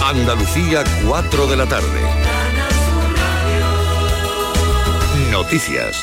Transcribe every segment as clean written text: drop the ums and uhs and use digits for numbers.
Andalucía, 4 de la tarde. Noticias.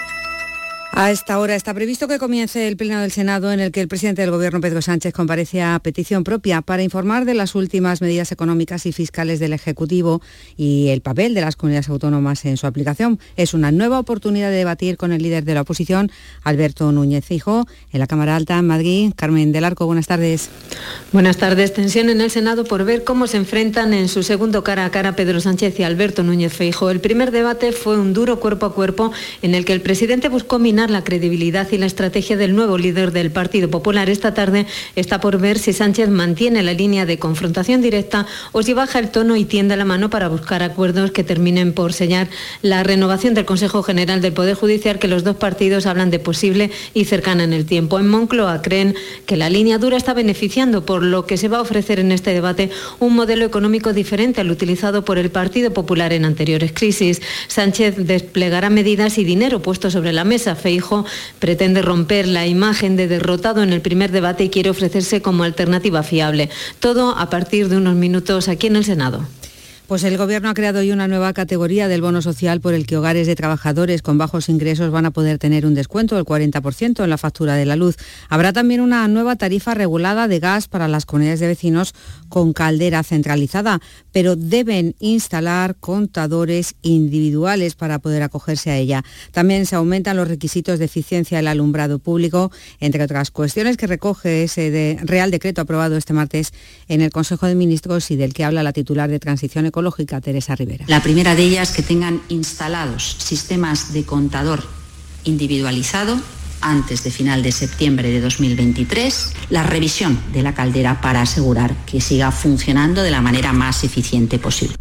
A esta hora está previsto que comience el Pleno del Senado, en el que el presidente del Gobierno, Pedro Sánchez, comparece a petición propia para informar de las últimas medidas económicas y fiscales del Ejecutivo y el papel de las comunidades autónomas en su aplicación. Es una nueva oportunidad de debatir con el líder de la oposición, Alberto Núñez Feijóo, en la Cámara Alta, en Madrid. Carmen del Arco, buenas tardes. Buenas tardes. Tensión en el Senado por ver cómo se enfrentan en su segundo cara a cara Pedro Sánchez y Alberto Núñez Feijóo. El primer debate fue un duro cuerpo a cuerpo en el que el presidente buscó minar la credibilidad y la estrategia del nuevo líder del Partido Popular. Esta tarde está por ver si Sánchez mantiene la línea de confrontación directa o si baja el tono y tiende la mano para buscar acuerdos que terminen por sellar la renovación del Consejo General del Poder Judicial, que los dos partidos hablan de posible y cercana en el tiempo. En Moncloa creen que la línea dura está beneficiando, por lo que se va a ofrecer en este debate un modelo económico diferente al utilizado por el Partido Popular en anteriores crisis. Sánchez desplegará medidas y dinero puesto sobre la mesa. Feijóo pretende romper la imagen de derrotado en el primer debate y quiere ofrecerse como alternativa fiable. Todo a partir de unos minutos aquí en el Senado. Pues el Gobierno ha creado hoy una nueva categoría del bono social por el que hogares de trabajadores con bajos ingresos van a poder tener un descuento del 40% en la factura de la luz. Habrá también una nueva tarifa regulada de gas para las comunidades de vecinos con caldera centralizada, pero deben instalar contadores individuales para poder acogerse a ella. También se aumentan los requisitos de eficiencia del alumbrado público, entre otras cuestiones que recoge ese Real Decreto aprobado este martes en el Consejo de Ministros y del que habla la titular de Transición Ecológica, Teresa Rivera. La primera de ellas, que tengan instalados sistemas de contador individualizado antes de final de septiembre de 2023, la revisión de la caldera para asegurar que siga funcionando de la manera más eficiente posible.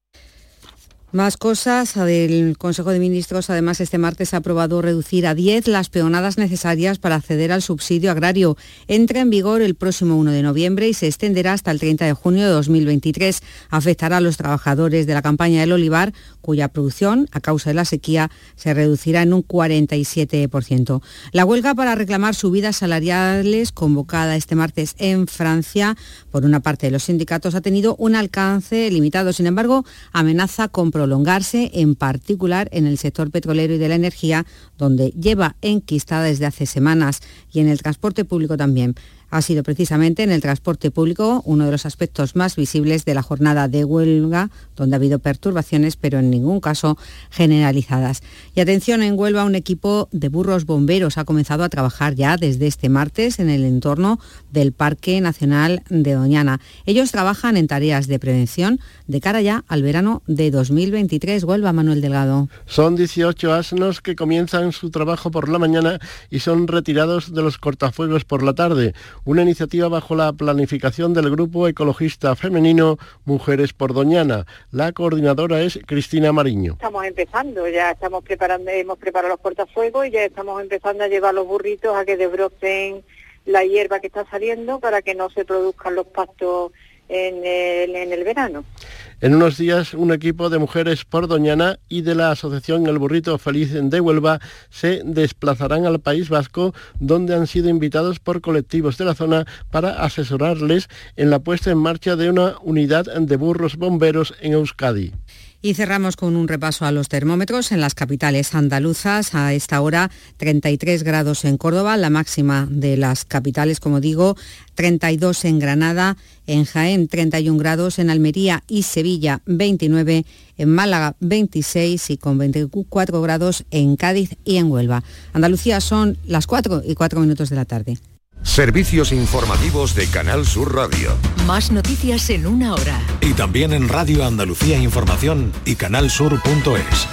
Más cosas del Consejo de Ministros. Además, este martes ha aprobado reducir a 10 las peonadas necesarias para acceder al subsidio agrario. Entra en vigor el próximo 1 de noviembre y se extenderá hasta el 30 de junio de 2023. Afectará a los trabajadores de la campaña del olivar, cuya producción, a causa de la sequía, se reducirá en un 47%. La huelga para reclamar subidas salariales, convocada este martes en Francia por una parte de los sindicatos, ha tenido un alcance limitado. Sin embargo, amenaza con prolongarse, en particular en el sector petrolero y de la energía, donde lleva enquistada desde hace semanas, y en el transporte público también. Ha sido precisamente en el transporte público uno de los aspectos más visibles de la jornada de huelga, donde ha habido perturbaciones, pero en ningún caso generalizadas. Y atención, en Huelva un equipo de burros bomberos ha comenzado a trabajar ya desde este martes en el entorno del Parque Nacional de Doñana. Ellos trabajan en tareas de prevención de cara ya al verano de 2023. Huelva, Manuel Delgado. Son 18 asnos que comienzan su trabajo por la mañana y son retirados de los cortafuegos por la tarde. Una iniciativa bajo la planificación del grupo ecologista femenino Mujeres por Doñana. La coordinadora es Cristina Mariño. Estamos empezando, ya estamos preparando, hemos preparado los cortafuegos y ya estamos empezando a llevar los burritos a que desbroten la hierba que está saliendo para que no se produzcan los pastos en el verano. En unos días, un equipo de Mujeres por Doñana y de la asociación El Burrito Feliz de Huelva se desplazarán al País Vasco, donde han sido invitados por colectivos de la zona para asesorarles en la puesta en marcha de una unidad de burros bomberos en Euskadi. Y cerramos con un repaso a los termómetros en las capitales andaluzas. A esta hora 33 grados en Córdoba, la máxima de las capitales, como digo, 32 en Granada, en Jaén 31 grados, en Almería y Sevilla 29, en Málaga 26 y con 24 grados en Cádiz y en Huelva. Andalucía, son las 4:04 de la tarde. Servicios informativos de Canal Sur Radio. Más noticias en una hora. Y también en Radio Andalucía Información y canalsur.es.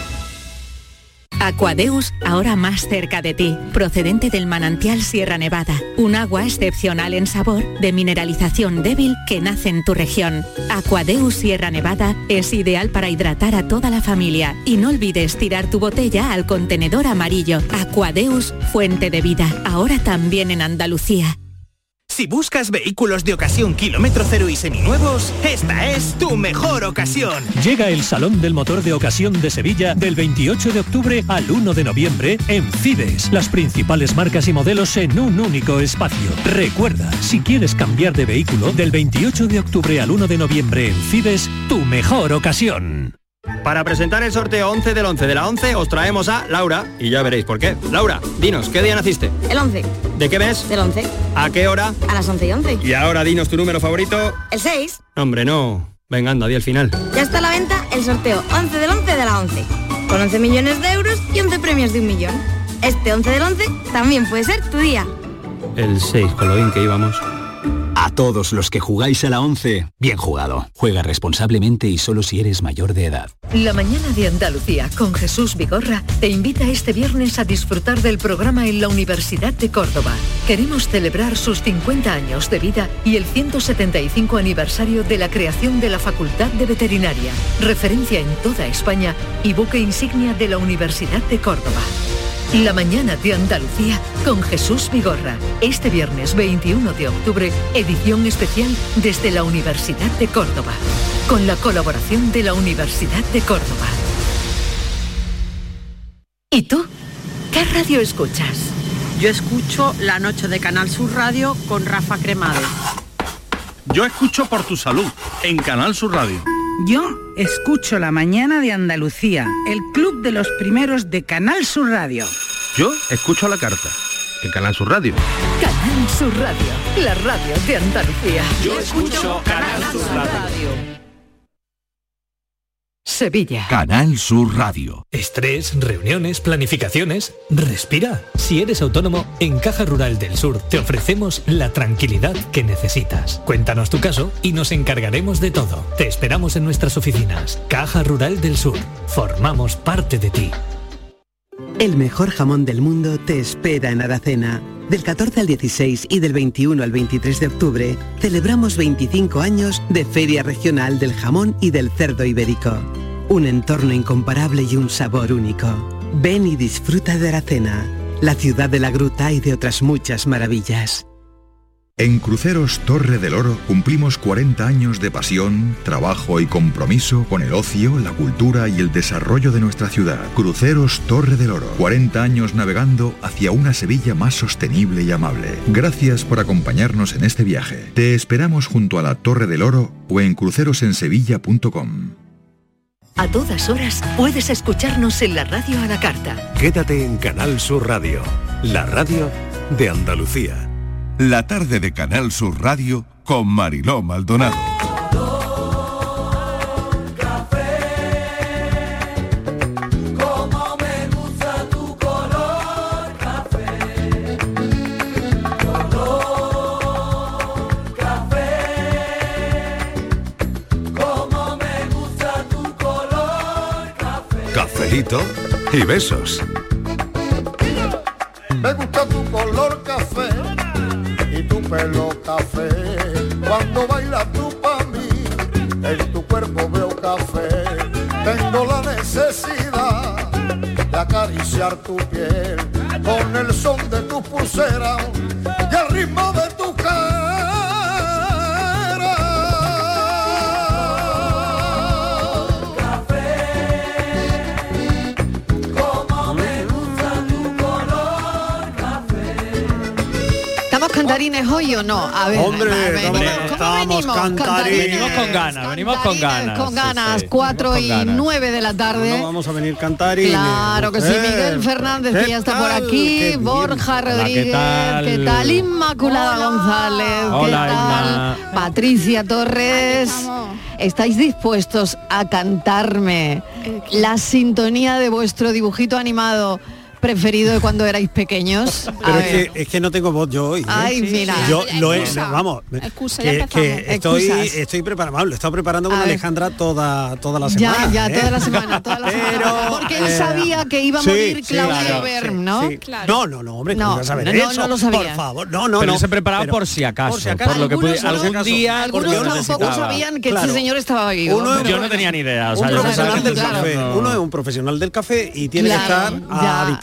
Aquadeus, ahora más cerca de ti, procedente del manantial Sierra Nevada, un agua excepcional en sabor, de mineralización débil que nace en tu región. Aquadeus Sierra Nevada es ideal para hidratar a toda la familia y no olvides tirar tu botella al contenedor amarillo. Aquadeus, fuente de vida, ahora también en Andalucía. Si buscas vehículos de ocasión kilómetro cero y seminuevos, esta es tu mejor ocasión. Llega el Salón del Motor de Ocasión de Sevilla del 28 de octubre al 1 de noviembre en Fides. Las principales marcas y modelos en un único espacio. Recuerda, si quieres cambiar de vehículo, del 28 de octubre al 1 de noviembre en Fides, tu mejor ocasión. Para presentar el sorteo 11 del 11 de la 11 os traemos a Laura y ya veréis por qué. Laura, dinos, ¿qué día naciste? El 11. ¿De qué mes? Del 11. ¿A qué hora? A las 11:11. Y ahora dinos tu número favorito. El 6. Hombre, no. Venga, anda, di el final. Ya está a la venta el sorteo 11 del 11 de la 11. Con 11 millones de euros y 11 premios de 1 millón. Este 11 del 11 también puede ser tu día. El 6, con lo bien que íbamos. A todos los que jugáis a la 11, bien jugado. Juega responsablemente y solo si eres mayor de edad. La mañana de Andalucía con Jesús Vigorra te invita este viernes a disfrutar del programa en la Universidad de Córdoba. Queremos celebrar sus 50 años de vida y el 175 aniversario de la creación de la Facultad de Veterinaria, referencia en toda España y buque insignia de la Universidad de Córdoba. La mañana de Andalucía con Jesús Vigorra. Este viernes 21 de octubre, edición especial desde la Universidad de Córdoba. Con la colaboración de la Universidad de Córdoba. ¿Y tú? ¿Qué radio escuchas? Yo escucho La Noche de Canal Sur Radio con Rafa Cremades. Yo escucho Por tu Salud en Canal Sur Radio. Yo escucho La Mañana de Andalucía, el club de los primeros de Canal Sur Radio. Yo escucho a La Carta en Canal Sur Radio. Canal Sur Radio, la radio de Andalucía. Yo escucho Canal Sur Radio. Sevilla. Canal Sur Radio. Estrés, reuniones, planificaciones. Respira. Si eres autónomo, en Caja Rural del Sur te ofrecemos la tranquilidad que necesitas. Cuéntanos tu caso y nos encargaremos de todo. Te esperamos en nuestras oficinas. Caja Rural del Sur. Formamos parte de ti. El mejor jamón del mundo te espera en Aracena. Del 14 al 16 y del 21 al 23 de octubre celebramos 25 años de Feria Regional del Jamón y del Cerdo Ibérico. Un entorno incomparable y un sabor único. Ven y disfruta de Aracena, la ciudad de la gruta y de otras muchas maravillas. En Cruceros Torre del Oro cumplimos 40 años de pasión, trabajo y compromiso con el ocio, la cultura y el desarrollo de nuestra ciudad. Cruceros Torre del Oro, 40 años navegando hacia una Sevilla más sostenible y amable. Gracias por acompañarnos en este viaje. Te esperamos junto a la Torre del Oro o en crucerosensevilla.com. A todas horas puedes escucharnos en la radio a la carta. Quédate en Canal Sur Radio, la radio de Andalucía. La tarde de Canal Sur Radio con Mariló Maldonado. Como me gusta tu color café, color café. Como me gusta tu color café. Cafelito y besos. Me gusta tu color café y tu pelo café. Cuando bailas tú pa' mí, en tu cuerpo veo café. Tengo la necesidad de acariciar tu piel con el son de tu pulsera y el ritmo de tu ¿Cantarines hoy o no? A ver, hombre, estamos cantarines. Venimos con ganas. Con ganas, 4:09 de la tarde. No vamos a venir cantarines. Claro que sí, Miguel Fernández, que ya está por aquí, Borja Rodríguez, ¿qué tal? Inmaculada González, ¿qué tal? Patricia Torres. ¿Estáis dispuestos a cantarme la sintonía de vuestro dibujito animado preferido de cuando erais pequeños? Pero es que no tengo voz yo hoy, ¿eh? Ay, mira. Yo lo he, vamos, que estoy preparado, lo he estado preparando con Alejandra toda la semana. Toda la semana. Porque él sabía que iba a morir Claudio Berm, ¿no? Sí. Claro. No, hombre, ¿cómo ibas a saber eso? No lo sabía. Por favor, Pero se preparaba por si acaso. Por lo que puede, algún día. Algunos tampoco sabían que ese señor estaba vivo. Yo no tenía ni idea. Uno es un profesional del café y tiene que estar a disposición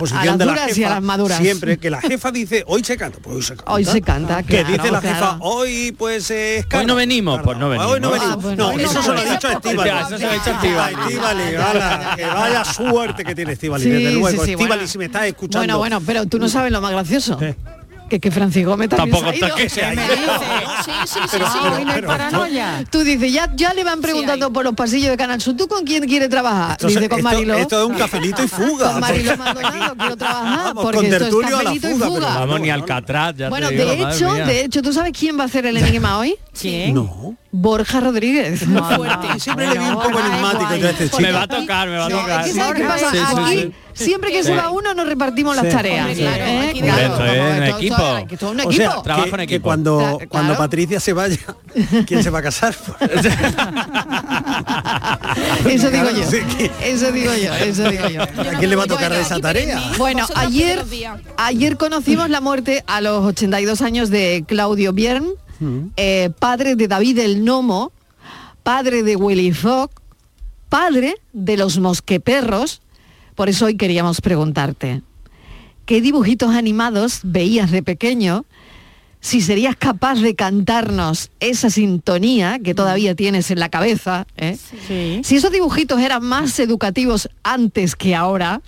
disposición de la duras jefa. y a las maduras. Siempre que la jefa dice, hoy se canta, pues hoy se canta. Hoy se canta, que claro, dice la jefa, claro. hoy pues es Hoy no venimos, pues no venimos. Hoy no venimos. bueno, eso se lo ha dicho a Estíbaliz. Eso se lo ha dicho a Estíbaliz. Estíbaliz, ala, que vaya suerte que tiene Estíbaliz, Sí, desde luego. sí, Estíbaliz, bueno. si me estás escuchando. Bueno, pero tú no sabes lo más gracioso. Que Francis Gómez también Tampoco se ha ido. que se ha ido. Sí, Pero- no hay paranoia. Tú dices, ya le van preguntando por los pasillos de Canal Sur, ¿tú con quién quieres trabajar? Dice, con Mariló. Esto es un cafelito y fuga. Con Mariló Maldonado quiero trabajar, Vamos, porque con esto es tertulio a la cafelito y fuga, fuga. pero Vamos, ni Alcatraz, ya Bueno, te digo, de hecho, ¿tú sabes quién va a hacer el enigma hoy? ¿Quién? No. Borja Rodríguez. Siempre le vi un poco enigmático yo a este chico. Me va a tocar. Es que ¿sabes qué pasa? Sí, sí, Aquí, sí. siempre que se va uno, nos repartimos las tareas. Hombre, claro, ¿Eh? Hombre, esto es en equipo. Esto es un O equipo. sea, Trabajo en que equipo. cuando Claro. Patricia se vaya, ¿quién se va a casar? Eso digo yo. Sí, que- Eso digo yo. ¿A quién le va a tocar esa tarea? Bueno, ayer conocimos la muerte a los 82 años de Claudio Biern, padre de David el Nomo, padre de Willy Fogg, padre de los mosqueperros. Por eso hoy queríamos preguntarte, ¿qué dibujitos animados veías de pequeño? Si serías capaz de cantarnos esa sintonía que todavía tienes en la cabeza, ¿eh? Sí. Si esos dibujitos eran más educativos antes que ahora,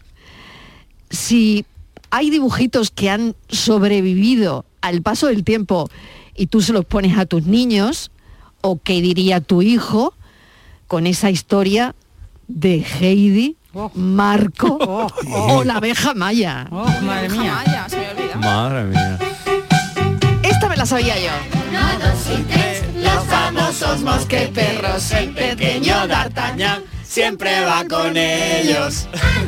si hay dibujitos que han sobrevivido al paso del tiempo y tú se los pones a tus niños, o qué diría tu hijo con esa historia de Heidi, Marco o la abeja maya. Madre mía. Maya, se me olvida. Madre mía. Esta me la sabía yo. Los famosos mosqueperros, el pequeño D'Artagnan siempre va con ellos.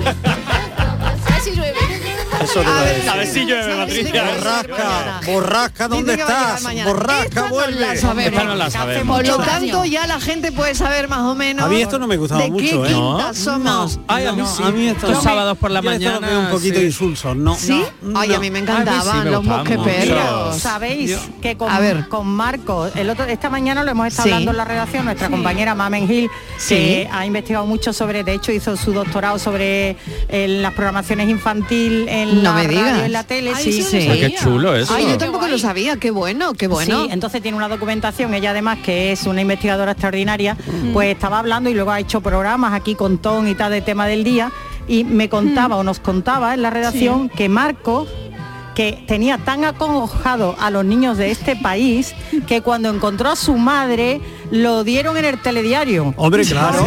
A ver si llueve. Eso te va a decir. A ver si llueve, Patricia. Borrasca, ¿dónde Dice que va a llegar estás? mañana. Borrasca, Esta no vuelve. la sabemos. Esta no la sabemos. Por lo tanto, ya la gente puede saber más o menos A mí esto no me gustaba de mucho, qué ¿eh? quinta ¿No? somos. Ay, a mí sí. A mí esto Los no. sábados por la Yo esto lo mañana. veo un poquito sí. insulso, ¿no? ¿Sí? No, Ay, a mí me encantaban A mí sí me los gustaban mosqueperros. mucho. Sabéis que A ver. con Marco, esta mañana lo hemos estado Sí. hablando en la redacción, nuestra compañera Mamen Gil, Sí. que ha investigado mucho sobre, de hecho hizo su doctorado sobre las programaciones infantil en No la me radio digas. y en la tele. Ay, Sí. eso Sí. Ay, qué chulo eso. Ay, yo tampoco lo sabía, qué bueno, qué bueno. Sí, entonces tiene una documentación, ella además que es una investigadora extraordinaria, pues estaba hablando y luego ha hecho programas aquí con Tom y tal de tema del día y me contaba o nos contaba en la redacción que Marco, que tenía tan acongojado a los niños de este país que cuando encontró a su madre lo dieron en el telediario. Hombre, claro.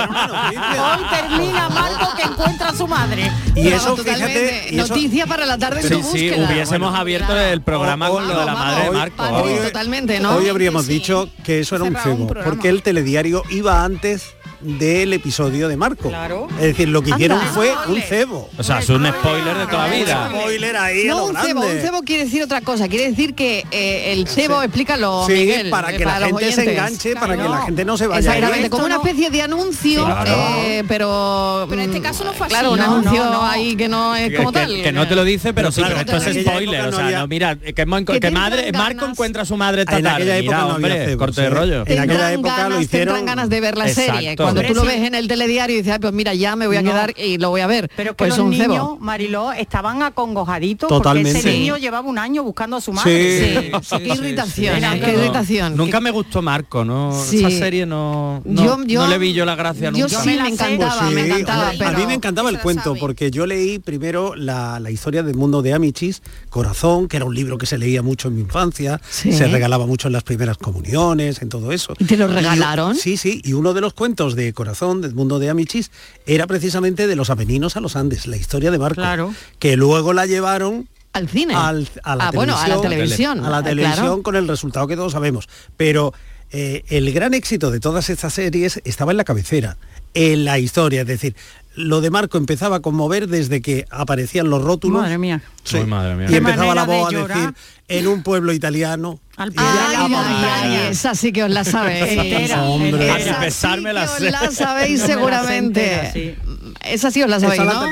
Hoy termina Marco que encuentra a su madre. Y eso, Totalmente. fíjate, y eso, Noticia para la tarde en Sí, tu sí, búsqueda. hubiésemos abierto el programa con lo de la madre de Marco. Patri, totalmente, ¿no? hoy habríamos dicho que eso era un Cerraba un cebo, programa. porque el telediario iba antes del episodio de Marco. Claro. Es decir, lo que hicieron Anda. fue un cebo. O sea, es un spoiler de toda la vida. Spoiler ahí a No, lo un cebo quiere decir otra cosa, quiere decir que el cebo, explícalo, Sí, Miguel, para que la los gente se oyentes. enganche, para que Claro. la gente no se vaya. Exactamente, ¿eh? como una especie de anuncio, Claro. pero Pero en este caso no fue así. claro, un No, anuncio no, no. ahí que no es como tal. Que no te lo dice, pero, Pero sí, claro, pero esto en es aquella spoiler. época O no sea, había- no, mira, que, te Marco entran Marco ganas. encuentra a su madre esta En tarde. aquella época Mira, no había hombre, cebos, corte de ¿eh? rollo. En aquella época ganas, lo hicieron. tendrán ganas de ver la Exacto. serie. Cuando tú Hombre, lo sí. ves en el telediario y dices, "Ay, pues mira, ya me voy a No. quedar y lo voy a ver". Pero que pues los un niños, cebo. Mariló, estaban acongojaditos Totalmente. porque ese Sí. niño llevaba un año buscando a su madre. Sí, qué irritación, sí. qué irritación. Nunca me gustó Marco, ¿no? Sí. Esa serie no le vi yo la gracia yo nunca. sí, me la sé. encantaba, Pues me sí, encantaba. hombre, a pero- mí me encantaba el se la cuento sabe. porque yo leí primero la historia del mundo de Amichis, Corazón, que era un libro que se leía mucho en mi infancia, Sí. se regalaba mucho en las primeras comuniones, en todo eso. ¿Y te lo regalaron? Sí, sí, y uno de los cuentos de Corazón, del mundo de Amichis, era precisamente de los Apeninos a los Andes, la historia de Marco, Claro. que luego la llevaron al cine. a la bueno, a la televisión. a la televisión claro. con el resultado que todos sabemos. Pero el gran éxito de todas estas series estaba en la cabecera, en la historia, es decir, lo de Marco empezaba a conmover desde que aparecían los rótulos. Madre mía. Sí. Ay, madre mía. Y Qué empezaba la manera voz de a llorar. decir, en un pueblo italiano. Al y pie de ya la la montaña. Ay, esa sí que os la sabéis. Entera, Hombre. entera. Ay, Esa besarme sí la que os sé. la sabéis No me la sé seguramente. entera, sí. Esa sí os la sabéis, Esa ¿no? la-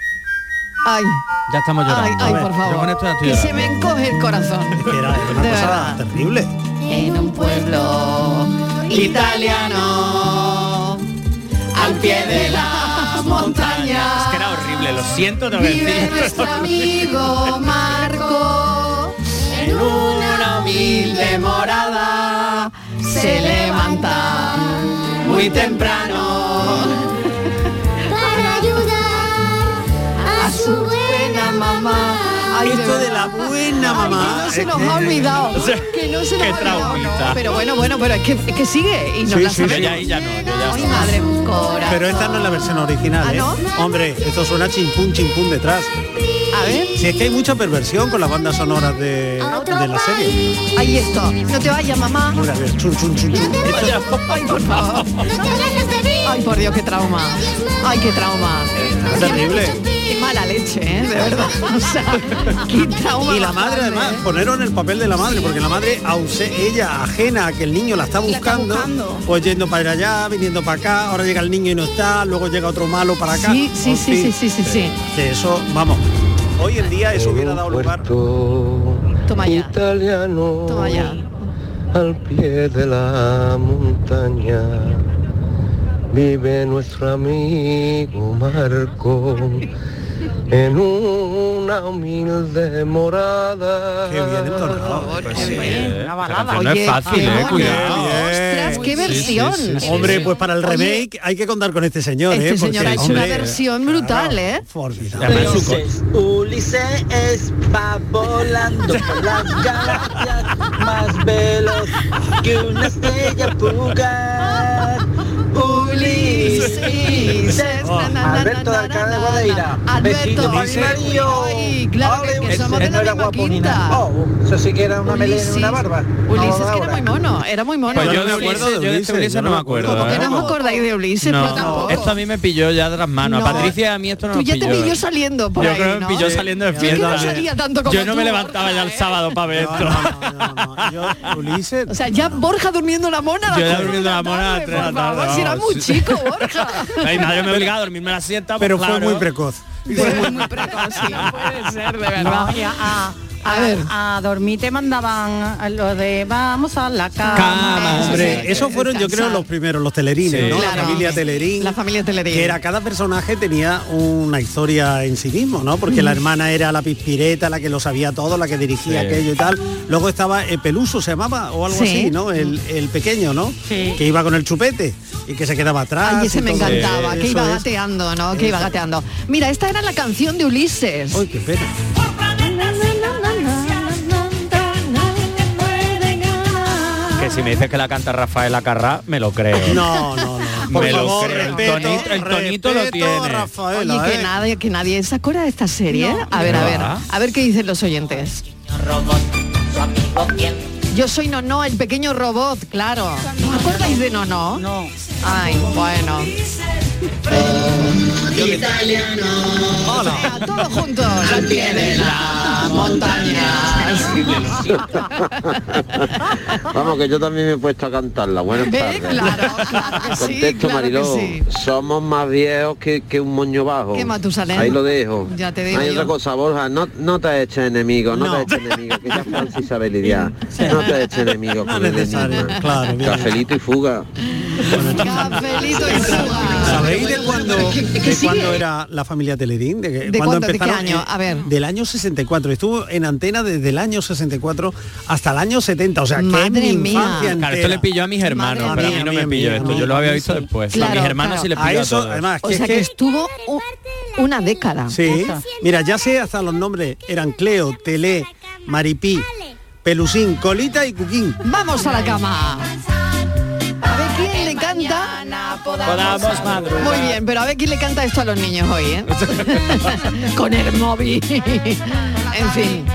Ay, Ya estamos llorando. ay, A ver, por yo con favor. esto ya estoy Que se llorando. me encoge el corazón. que era una De cosa verdad. terrible. En un pueblo italiano, al pie de las montañas. Es que era horrible horrible, lo siento, no Vive nuestro amigo Marco en una humilde morada. Se levanta muy temprano para ayudar a su buena mamá. Ay, esto de la buena mamá. No se nos ha olvidado. Que no se nos ha olvidado. Pero bueno, pero es que sigue y no la sabemos. Ya no. Ay, madre, corazón. Pero esta no es la versión original, ¿eh? ¿no? Hombre, esto suena chimpún detrás. A ver. Si es que hay mucha perversión con las bandas sonoras de la serie. Ahí esto. No te vayas, mamá. Mira, a ver, chun. Ay, por favor. Ay, por Dios, qué trauma. Ay, qué trauma. Es terrible. Qué mala leche, ¿eh? De verdad. O sea, qué trauma. Y la madre, además, poneron el papel de la madre, porque la madre, ella ajena a que el niño la está buscando, pues yendo para allá, viniendo para acá, ahora llega el niño y no está, luego llega otro malo para acá. Sí. Que eso, vamos, hoy en día eso hubiera dado lugar. Toma ya. Italiano. Toma ya. Al pie de la montaña vive nuestro amigo Marco en una humilde morada. Qué bien entonado. Pues sí, una balada. No es fácil, cuidado. Ostras, qué versión. Hombre, pues para el remake hay que contar con este señor, Este señor ha hecho una versión brutal, ¿eh? Formidable. Ulises va volando por las galaxias más veloz que una estrella fugaz. Ulises. Alberto de Alcalá de Guadaira. Alberto, Ay, claro que somos de la misma quinta. Eso sí que era una melena y una barba. Ulises que era muy mono, era muy mono. Pues yo de Ulises no me acuerdo. ¿Por qué no os acordáis de Ulises? No, esto a mí me pilló ya de las manos. No. A Patricia a mí esto no me pilló. Tú ya te pilló saliendo por ahí, Yo creo que ¿no? me pilló saliendo de Yo fiesta. no salía tanto como Yo no tú, me levantaba ya el sábado para ver esto. Ulises. O sea, ya Borja durmiendo la mona. Yo ya durmiendo la mona a las 3 de la tarde. Si era muy chico, Borja. Ay, nadie me obligaba a dormirme la siesta. Pero fue muy precoz. Fue muy precoz, sí. No puede ser, de verdad. No, a dormir te mandaban lo de vamos a la cama. Hombre, esos fueron yo creo los primeros, los telerines, ¿no? Claro. La familia Telerín. La familia Telerín. Que era, cada personaje tenía una historia en sí mismo, ¿no? Porque la hermana era la pispireta, la que lo sabía todo, la que dirigía aquello y tal. Luego estaba Peluso, se llamaba, o algo así, ¿no? El pequeño, ¿no? Sí. Que iba con el chupete y que se quedaba atrás. Ay, ese me encantaba, que iba gateando. gateando, ¿no? Que iba gateando. Mira, esta era la canción de Ulises. Ay, qué pena. Que si me dices que la canta Rafael Acarrá, me lo creo. No. Por Me lo favor, creo. respeto, El tonito lo tiene. Rafaela, Oye, que nadie se acuerda de esta serie. A ver qué dicen los oyentes. Yo soy Nono, el pequeño robot, claro. ¿No os acordáis de Nono? No. Ay, bueno. Italiano. Hola. Todos juntos. Al pie de la montaña. Vamos, que yo también me he puesto a cantarla. Buenas tardes. Claro que sí, Contesto, claro que Mariló. sí. Somos más viejos que un moño bajo. ¿Qué Matusalén? Ahí lo dejo. Ya te digo Hay yo. otra cosa, Borja. No te eches enemigo, no te eches enemigo, que ya Francis sabe lidiar. No te eches enemigo con el enigma. Claro, bien. Cafelito y fuga. Cafelito y fuga. ¿Sabéis de cuándo era la familia Telerín? ¿De cuándo? ¿De qué año? A ver. Del año 64. Estuvo en antena desde el año 64 hasta el año 70. O sea, que es mi infancia entera. Claro, esto le pilló a mis hermanos, pero a mí no me pilló esto. Yo lo había visto después. Claro, a mis hermanas sí le pilló a eso, a todos. además, O sea que estuvo una década. Sí. Mira, ya sé hasta los nombres. Eran Cleo, Telé, Maripí, Pelusín, Colita y Cuquín. Vamos a la cama. A ver quién le canta. Podamos madrugar. Muy bien, pero a ver quién le canta esto a los niños hoy, ¿eh? Con el móvil. En fin.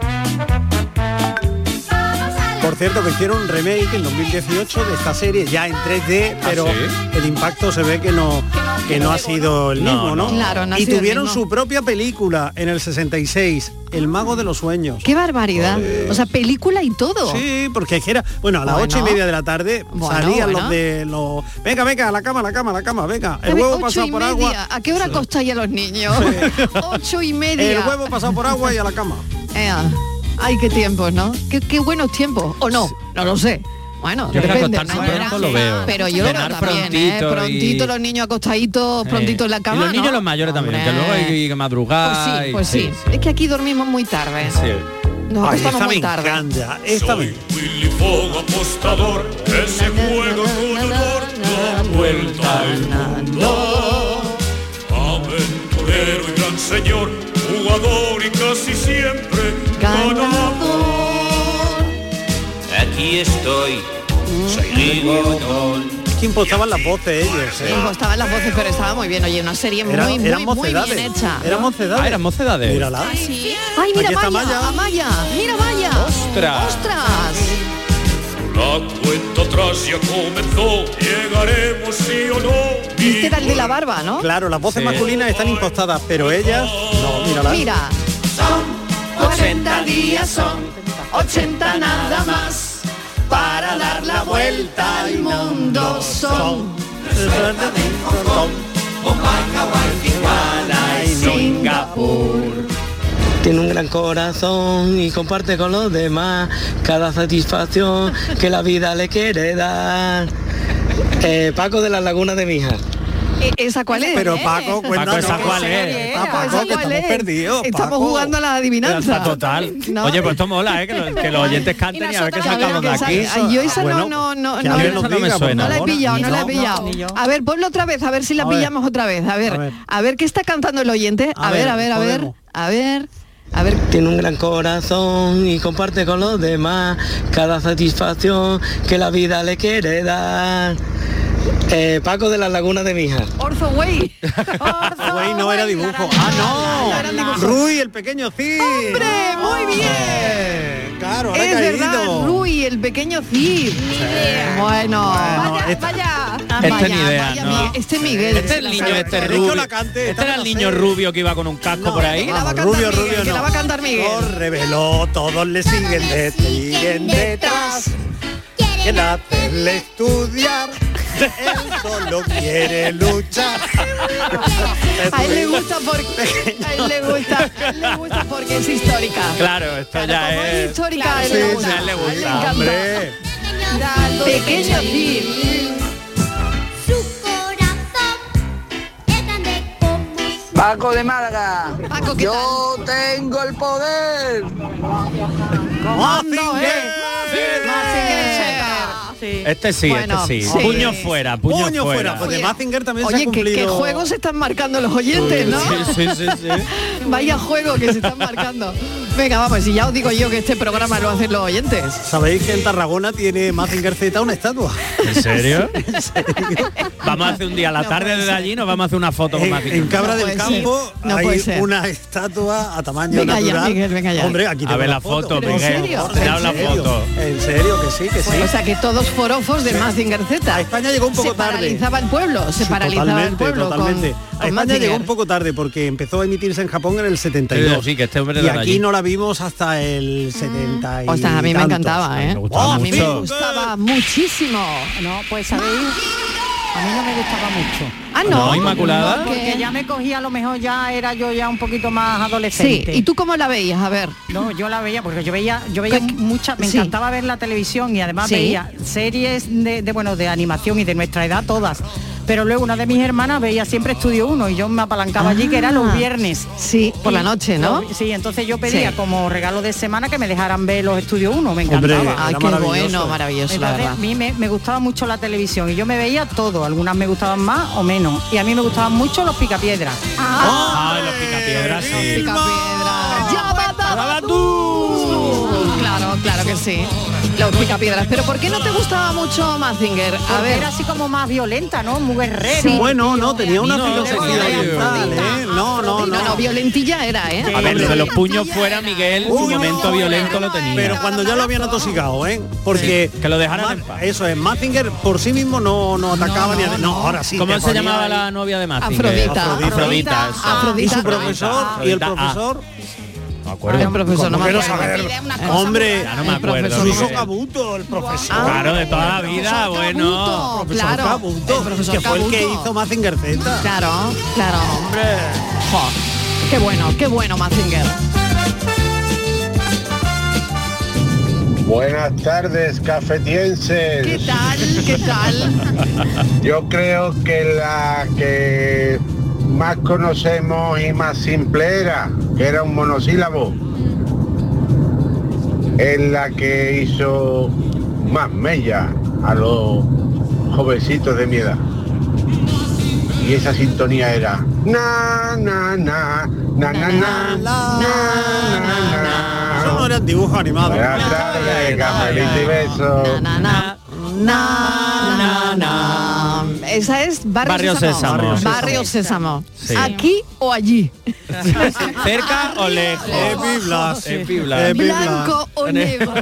Por cierto, que hicieron un remake en 2018 de esta serie, ya en 3D, pero el impacto se ve que no ha sido el mismo, ¿no? Claro, no ha y sido el tuvieron mismo. su propia película en el 66, El Mago de los Sueños. Qué barbaridad. O sea, película y todo. Sí, porque era, bueno, a las 8:30 de la tarde salían los de los... Venga, a la cama, venga. El huevo pasado por agua. ¿A qué hora acostáis a los niños? 8:30. El huevo pasado por agua y a la cama. Ay, qué tiempos, ¿no? Qué buenos tiempos. O no, no lo sé. Bueno, Yo creo que depende, acostarse mañana. pronto lo veo. Pero yo lo veo Cenar también, prontito prontito y- los niños acostaditos, prontito en la cama, Y los niños ¿no? los mayores también, Hombre. que luego hay que madrugar. Pues sí. Es que aquí dormimos muy tarde. Nos Ay, acostamos esta muy me tarde. encanta, esta me... Willy Fogg apostador, ese juego con honor da vuelta al mundo. Aventurero y gran señor, jugador y casi siempre ganador. Aquí estoy, soy Rigodón. Que impostaban las voces ellos, Sí, impostaban las voces, pero estaba muy bien. Oye, una serie muy, muy, eran muy mocedades. bien hecha. Eran mocedades. Ah, eran mocedades. Mírala. Ay, mira Aquí está Maya, Amaya, mira Maya. ¡Ostras! ¡Ostras! La cuenta atrás ya comenzó, llegaremos sí o no. Este era el de la barba, ¿no? Claro, las voces masculinas están impostadas, pero ellas... No, mírala. Mira. 80 días son, 80 nada más. Para dar la vuelta al mundo son. Singapur. Tiene un gran corazón y comparte con los demás cada satisfacción que la vida le quiere dar. Paco de las Lagunas de Mijas. ¿Esa cuál es? Pero Paco, cuéntanos. Paco, ¿esa cuál es? Paco, que estamos perdidos, Estamos Paco. jugando a la adivinanza. Total. ¿No? Oye, pues esto mola, que los oyentes canten y a ver qué sacamos de aquí. Ay, yo esa Bueno, no que alguien nos diga, por no la he favor. pillado, Ni no la he yo, pillado. ni yo. A ver, ponlo otra vez, a ver si la A ver. pillamos otra vez. A ver qué está cantando el oyente. A ver, podemos. a ver. Tiene un gran corazón y comparte con los demás cada satisfacción que la vida le quiere dar. Paco de las Lagunas de Mijas. Orzo Way. Güey, no era dibujo. Ah, no. Rui, el pequeño Cid. ¡Hombre! Muy bien. Claro, ahora Es he verdad, caído. Rui, el pequeño Cid. Bueno. Vaya. Vaya, ni idea, vaya, ¿no? Este Miguel. Este es el niño, este Enrique rubio. Olacante, Este era el niño rubio que iba con un casco por ahí. Que la va a cantar Rubio, Miguel, rubio, que no. la va a cantar Miguel. Lo reveló, todos le siguen detrás. Quieren hacerle estudiar, él solo quiere luchar. A él le gusta porque es histórica. Claro, esto ya Como es es... histórica, a él Sí, le sí, gusta. a él le gusta. A él le encanta. Hombre, Pequeño Cid. Paco de Málaga. Paco, ¿qué Yo tengo el poder. Comando, Este sí, Bueno, este sí. sí. Puño fuera, puño, fuera. Pues de Mazinger también se ha Oye, ¿qué cumplido. juegos se están marcando los oyentes, no? Sí. Vaya juego que se están marcando. Venga, vamos, y ya os digo yo que este programa lo hacen los oyentes. ¿Sabéis que en Tarragona tiene Mazinger Z una estatua? ¿En serio? Vamos a hacer un día a la tarde desde allí, nos vamos a hacer una foto con Mazinger. En Cabra del puede Campo ser, no puede hay ser. una estatua a tamaño Venga ya, natural. Miguel, venga ya. Hombre, aquí A tengo ver la foto, ¿Pero en Miguel. serio? Enseñad la foto. En serio, que sí, que sí. O sea que todos forofos de Mazinger Z. A España llegó un poco se tarde. paralizaba el pueblo, se Sí, paralizaba el pueblo totalmente. con A España Mazinger. llegó un poco tarde porque empezó a emitirse en Japón en el 72. Sí, que este hombre y era de aquí allí. no la vimos hasta el 70 y O sea, a mí me tantos. encantaba, ¿eh? Me gustaba A mí me mucho. gustaba muchísimo. No, pues sabéis, a mí no me gustaba mucho. Ah, no. ¿No, Inmaculada? ¿Por qué? Porque ya me cogía, a lo mejor ya era yo ya un poquito más Sí, adolescente. ¿y tú cómo la veías? A ver. No, yo la veía porque yo veía ¿Qué? muchas, me Sí. encantaba ver la televisión y además Sí. veía series de animación y de nuestra edad todas. Pero luego una de mis hermanas veía siempre Estudio 1 y yo me apalancaba allí, que era los viernes. Sí, por la noche, ¿no? Sí, entonces yo pedía Sí. como regalo de semana que me dejaran ver los Estudio 1, me Hombre, encantaba. Ay, era qué maravilloso. bueno, maravilloso, la Entonces, verdad. a mí me gustaba mucho la televisión y yo me veía todo, algunas me gustaban más o menos. Y a mí me gustaban mucho los picapiedras. Ah, los picapiedras, sí. Picapiedra. ¡Ya Claro que sí. Los picapiedras. Pero ¿por qué no te gustaba mucho Mazinger? A Porque ver. era así como más violenta, ¿no? Muy guerrero. Sí. Bueno, no, tenía una No, filosofía no, oriental, ¿eh? No. No, violentilla era, ¿eh? A ver, lo de los puños fuera, Miguel, su momento violento lo tenía. Pero cuando ya lo habían atosigado, ¿eh? Porque Sí, que lo dejaran en paz. Eso es, Mazinger por sí mismo no atacaba ni a... No, ahora sí. ¿Cómo te se ponía llamaba ahí. la novia de Mazinger? Afrodita. Afrodita, eso. Afrodita. Y su profesor, y el Afrodita, profesor... No me acuerdo. El profesor, no ¿Cómo me que no acuerdo. saber? Hombre, Ya no me acuerdo. profesor Suso Miguel. Cabuto, el profesor. Claro, de toda la vida, bueno. Profesor Claro, Cabuto, el profesor que fue el que Cabuto. hizo Mazinger Z. Claro. Hombre. Qué bueno Mazinger. Buenas tardes, cafetienses. ¿Qué tal? ¿Qué tal? Yo creo que la que más conocemos y más simple era, que era un monosílabo, es la que hizo más mella a los jovencitos de mi edad. Y esa sintonía era na na na na na na na na. Eso no eran dibujos animados. Buenas tardes, cafelito y besos. Na, na, na, na, na. Esa es Barrio Sésamo. Barrio Sésamo. Sí. ¿Aquí o allí? ¿Cerca o lejos? Epiblas. Epiblas. Blanco o negro.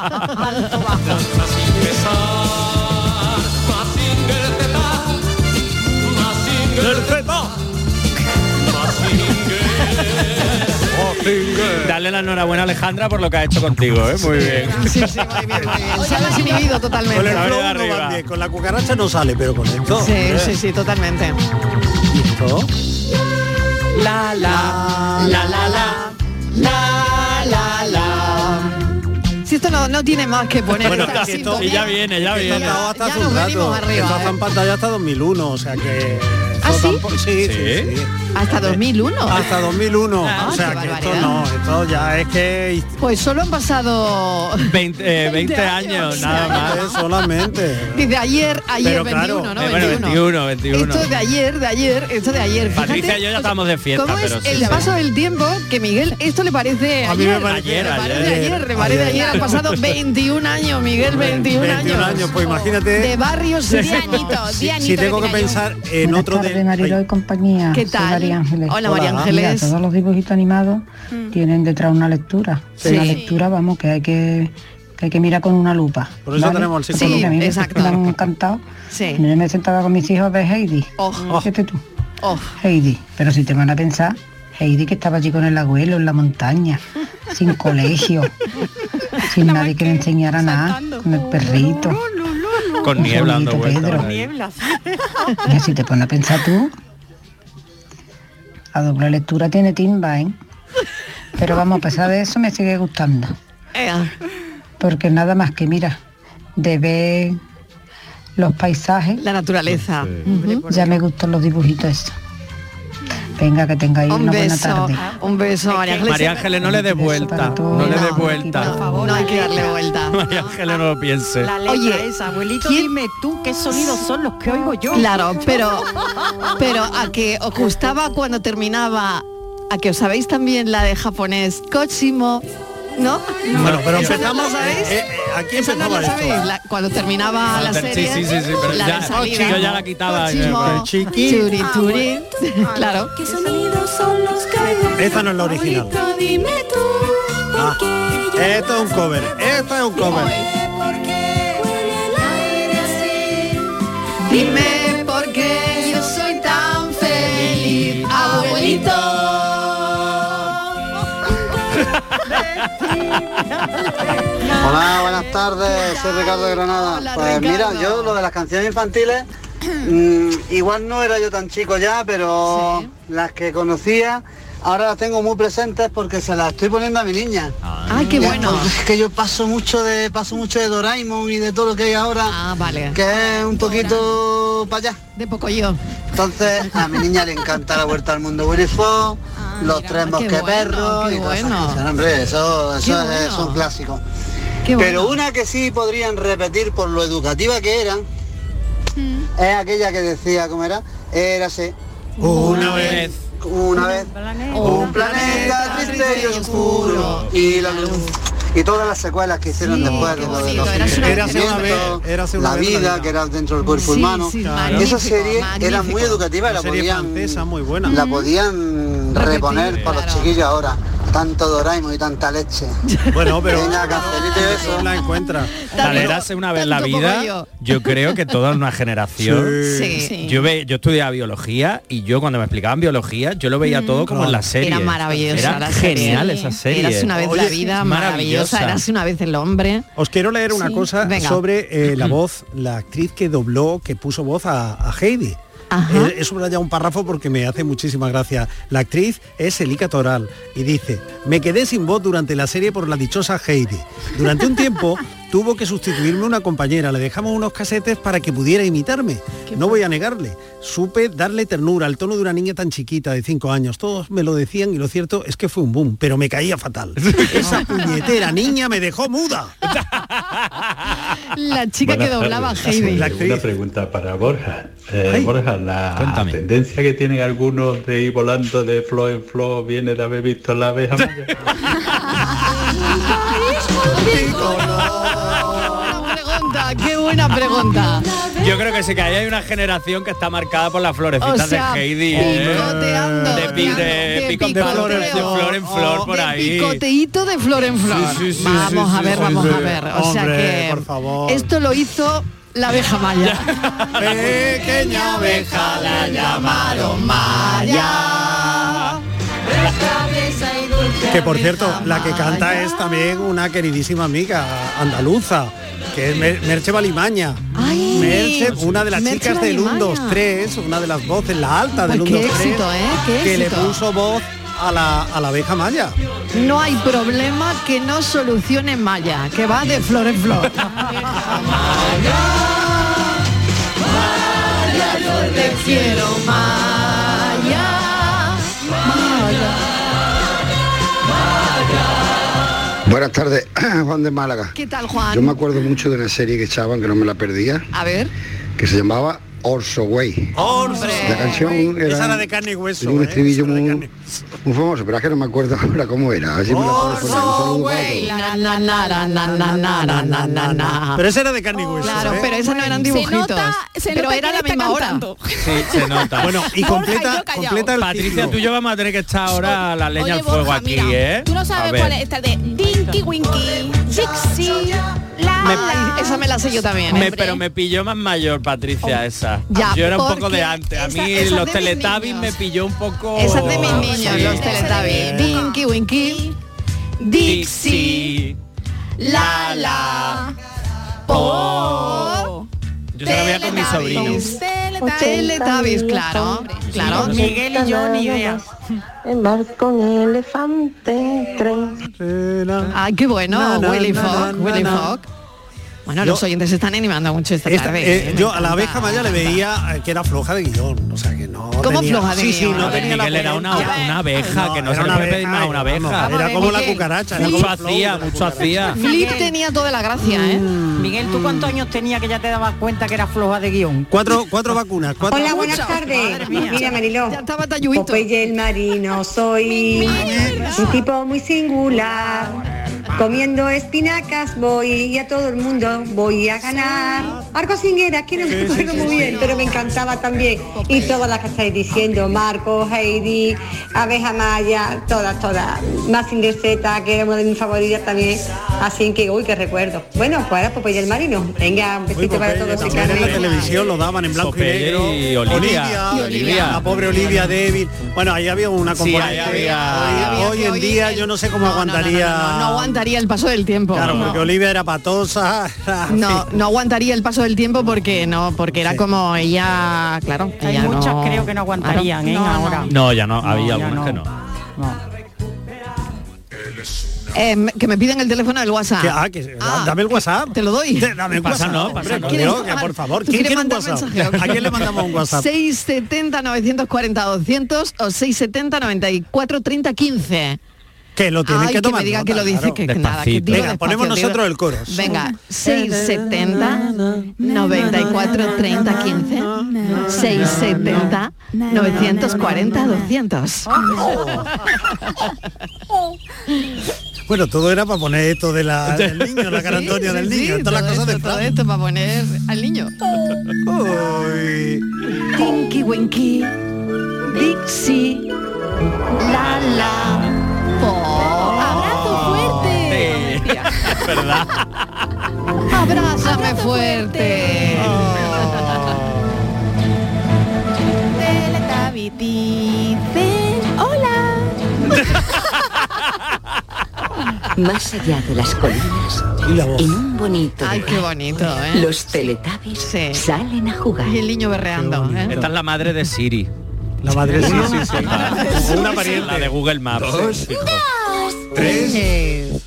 Dale la enhorabuena a Alejandra por lo que ha hecho contigo, muy bien. Sí, sí, muy bien, muy bien. Se ha desinhibido totalmente. Con el flow no va bien, con la cucaracha no sale, pero con esto. Sí, sí, sí, totalmente. ¿Listo? La la la la la la la la. Si esto no tiene más que poner. Bueno, esta que sintonía. Y ya viene. Ya Hasta hace nos un venimos rato. arriba, Esto está en pantalla hasta 2001, o sea que... ¿Ah, sí? Sí. Hasta 2001. Hasta 2001. Ah, o sea qué que esto barbaridad. no, esto ya es que... Pues solo han pasado 20 años, nada más. Solamente. desde ayer Pero 21, claro, ¿no? Bueno, 21. Esto de ayer. Fíjate, Patricia y yo ya estábamos de fiesta, ¿cómo pero es sí, el sí. paso del tiempo? Que Miguel, esto le parece A mí ayer. me parece Me parece ayer. Han pasado 21 años, Miguel, 21 años. Pues imagínate. De Barrio Sésamo. Si tengo que pensar en otro de... Mariló y compañía. ¿Qué Soy tal? María Ángeles. Hola, María Mira, Ángeles. todos los dibujitos animados tienen detrás una lectura. Sí. Una lectura, vamos, que hay que mirar con una lupa. Por eso tenemos al psicólogo. Sí, a mí exacto. me han encantado. Sí. Yo me sentaba con mis hijos a ver Heidi. Fíjate tú. Heidi. Pero si te van a pensar, Heidi que estaba allí con el abuelo en la montaña, sin colegio, sin nadie que le enseñara nada, con el perrito. Con niebla dando vueltas. Pedro. por ahí. Y si te pones a pensar tú, la doble lectura tiene timba, ¿eh? Pero vamos, a pesar de eso me sigue gustando. Porque nada más que, mira, de ver los paisajes, la naturaleza, ya me gustan los dibujitos esos. Venga, que tengáis Un una buena beso, tarde. un beso, María Ángeles. María Ángeles, no le des vuelta. No le des vuelta. No hay que darle vuelta. María Ángeles, no lo piense. La letra Oye, esa, abuelito, ¿quién- dime tú qué sonidos son los que oigo yo. Claro, pero a que os gustaba cuando terminaba, a que os sabéis también la de japonés Kochimo, ¿no? Bueno, pero ¿Esa no empezamos... la sabéis? aquí ¿Esa no empezaba la sabéis? esto. Cuando terminaba la serie, Sí, pero la ya, de salida. yo ya la quitaba. Kochimo, chiqui. Turi, turi. Claro. ¿Qué sonidos son los que oigo? Esta no es la original. Dime tú, Ah, esto es un cover. Esto es un cover. ¿por qué huele el aire así? Dime por qué yo soy tan feliz, abuelito. Hola, buenas tardes, soy Ricardo de Granada. Hola, Pues Ricardo. mira, yo lo de las canciones infantiles, igual no era yo tan chico ya, pero las que conocía, ahora las tengo muy presentes porque se las estoy poniendo a mi niña. Ah, qué Ya, bueno. pues, es que yo paso mucho de Doraemon y de todo lo que hay ahora, Vale. que es un poquito para allá. De poco yo. Entonces, a mi niña le encanta La Vuelta al Mundo Willy Fox, Los Tres qué Mosqueperros bueno, y todas esas qué bueno. cosas. Hombre, eso Qué es bueno. un clásico. Qué bueno. Pero una que sí podrían repetir por lo educativa que eran, es aquella que decía, ¿cómo era? Érase Una vez. un planeta triste y oscuro y la luz. Y todas las secuelas que hicieron después de lo de los Érase una vez, sentimientos, la vez vida la que era dentro del cuerpo Sí, humano. sí, Esa magnífico, serie era magnífico. muy educativa, la Una serie podían, francesa muy buena. la podían Repetir, reponer para los claro. chiquillos ahora. Tanto Doraemon y tanta leche. Bueno, pero Venga, cafelito y eso. la encuentra. Tal érase una vez la tanto como vida, yo. yo creo que toda una generación. Sí. Yo estudiaba biología y yo cuando me explicaban biología, yo lo veía todo como en la serie. Era maravillosa Era la serie. genial esa serie. Érase una vez Oye, la vida, maravillosa. Érase una vez el hombre. Os quiero leer una Sí. cosa Venga. sobre la voz, la actriz que dobló, que puso voz a Heidi. He subrayado un párrafo porque me hace muchísima gracia. La actriz es Elika Toral y dice: me quedé sin voz durante la serie por la dichosa Heidi. Durante un tiempo tuvo que sustituirme una compañera, le dejamos unos casetes para que pudiera imitarme. No voy a negarle, supe darle ternura, el tono de una niña tan chiquita de 5 años. Todos me lo decían y lo cierto es que fue un boom, pero me caía fatal. Esa puñetera niña me dejó muda. La chica que doblaba Heidi. Una pregunta para Borja. Borja, la tendencia que tienen algunos de ir volando de flor en flor viene de haber visto la abeja maya. Qué buena pregunta. Yo creo que sí, que ahí hay una generación que está marcada por las florecitas de Heidi. De flor en flor por ahí. Picoteíto de flor en flor. Vamos a ver. O sea que por favor. Esto lo hizo la abeja maya. Pequeña abeja la llamaron Maya. Que por cierto, la que canta es también una queridísima amiga andaluza, que es Merche Valimaña. Merche, una de las chicas del 1, 2, 3, una de las voces, la alta del 1, 2, 3, que le puso voz a la abeja maya. No hay problema que no solucione Maya, que va de flor en flor. Maya, yo te quiero, Maya. Buenas tardes, Juan de Málaga. ¿Qué tal, Juan? Yo me acuerdo mucho de una serie que echaban, que no me la perdía. A ver. Que se llamaba Orso Way. La canción era de carne y hueso. Un estribillo muy famoso, pero es que no me acuerdo ahora cómo era. A ver si me la puedes poner. Pero esa era de carne y hueso. Claro, pero esas no eran dibujitos. Pero era la misma hora. Sí, se nota. Bueno, y completa el Patricia, tú y yo vamos a tener que echar ahora la leña al fuego aquí, ¿eh? Tú no sabes cuál es esta de Dinky Winky, Dixie, esa me la sé yo también. Pero me pilló más mayor, Patricia, esa. Ya, yo era un poco de antes. A mí los Teletubbies me pilló un poco. Esas de mis niños, los Teletubbies. Dinky Winky, Dixie, La, Po. Yo se la veía con mis sobrinos. Teletubbies, claro. Miguel y yo ni idea. Embarco en elefante tren. Ay, qué bueno, Willy Fogg. Bueno, los oyentes se están animando mucho esta tarde. Yo a la abeja maya le veía que era floja de guión, o sea que no. ¿Cómo tenía, floja de guión? Sí, no tenía Miguel era una abeja, que no se le puede pedir más a una abeja. Era como la cucaracha. Mucho hacía. Flip tenía toda la gracia, ¿eh? Miguel, ¿tú cuántos años tenía que ya te dabas cuenta que era floja de guión? Cuatro vacunas. Hola, buenas tardes. Mira, Mariló. Ya estaba talluito. Popeye el marino, soy un tipo muy singular. Comiendo espinacas voy y a todo el mundo voy a ganar. Marco Singuera, que no me acuerdo muy bien, pero me encantaba también. Y todas las que estáis diciendo, Marco, Heidi, Abeja Maya, todas. Mazinger Z, que era una de mis favoritas también. Así que, uy, qué recuerdo. Bueno, pues era Popeye el marino. Venga, un besito para todos. En la televisión lo daban en blanco y negro. Y Olivia. La pobre Olivia Débil. Bueno, ahí había una componente. Hoy en día yo no sé cómo aguantaría. No aguantaría el paso del tiempo. Claro, porque Olivia era patosa. No aguantaría el paso del tiempo porque era como ella, claro. Hay muchas creo que no aguantarían, claro. Ahora. No, ya no, había algunas que no. Que me piden el teléfono del WhatsApp. Dame el WhatsApp. Te lo doy. Dame el WhatsApp. Por favor. ¿Quién quiere un WhatsApp? ¿A quién le mandamos un WhatsApp? 670 940 200 o 670 94 30 15. Que lo tienen que tomar. Que me diga que lo dice, que nada. Que venga, ponemos nosotros el coro. Venga, 670 94 30 15 670 940 200. Bueno, todo era para poner esto del niño, la cara Antonio del niño, todas las cosas de todo esto para poner al niño. Tinky Winky, Dixie, La. ¡Abrazo fuerte! Sí, ¿verdad? ¡Abrázame fuerte! Teletubbies dicen hola. Más allá de las colinas, En un bonito Ay, qué bonito, ¿eh? Los Teletubbies salen a jugar. Y el niño berreando, ¿eh? Esta es la madre de Siri. La madre de Siri, sí. Una pariente. La de Google Maps. 2, 3.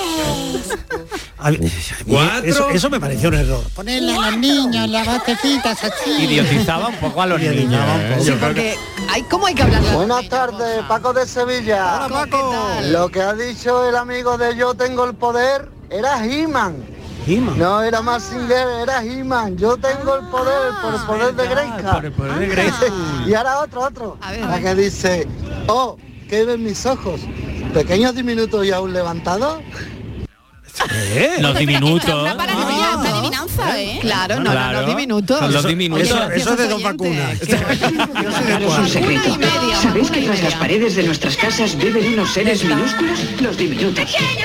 Eso me pareció un error. Ponerle a los niños las botecitas así. Idiotizaba un poco a los niños. Sí, porque ¿cómo hay que hablar? Buenas tardes, Paco de Sevilla. Hola, Paco. Lo que ha dicho el amigo de Yo Tengo el Poder era He-Man. No era Mazinger, era He-Man. Yo tengo el poder por el poder de Grayskull. Por el poder de Grayskull. Y ahora otro. La que dice, oh, ¿qué ven mis ojos? Pequeños diminutos y aún levantados. Los diminutos. Una adivinanza, ¿eh? Claro, los diminutos. Son los diminutos. Eso es de dos vacunas. Es un secreto. ¿Sabéis que tras las paredes de nuestras casas viven unos seres minúsculos? Los diminutos.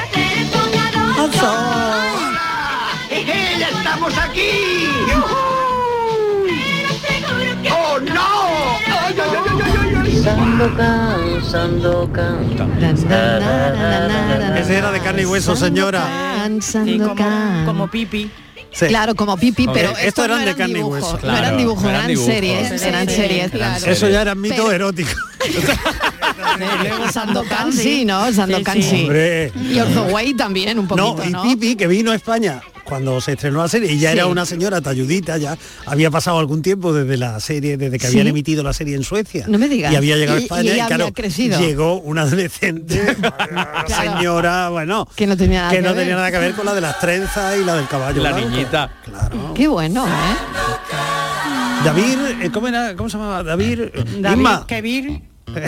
¡Ya estamos aquí! ¡Oh, no! Sandokan. Ese era de carne y hueso, señora. Sí, como Pipi. Sí. Claro, como Pipi, pero estos eran de no carne y dibujos, hueso. no eran dibujos, eran series. Eran series. Eso ya eran mitos eróticos. Sandokan sí, ¿no? Sandokan sí. Hombre. Y Orzoway también, un poquito, ¿no? Y Pipi, que vino a España cuando se estrenó la serie, y ya era una señora talludita, ya había pasado algún tiempo desde la serie, desde que habían emitido la serie en Suecia. No me digas. Y había llegado a España y claro, crecido. llegó una adolescente, una señora, bueno, que no tenía nada que ver con la de las trenzas y la del caballo. La blanco. niñita. Claro. Qué bueno, ¿eh? David, ¿cómo se llamaba? David Inma. Kevir.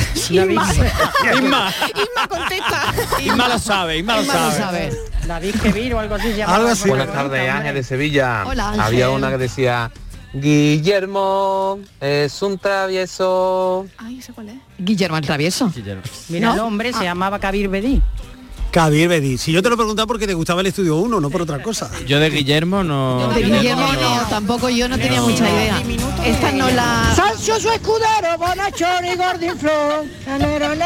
Inma contesta. Inma lo sabe. David Kevir o algo así se llama. Algo así. Buenas tardes, Ángel de Sevilla. Hola, Ángel. Había una que decía, Guillermo es un travieso. Ay, ¿sé cuál es? Guillermo el travieso. Mira, el hombre se llamaba Kabir Bedi. Kabir Bedi. Si yo te lo preguntaba porque te gustaba el Estudio 1, no por otra cosa. Yo de Guillermo no. De Guillermo no, tampoco yo no tenía mucha idea. Esta no la... Sancho su escudero, bonachón y gordinflón. Nero,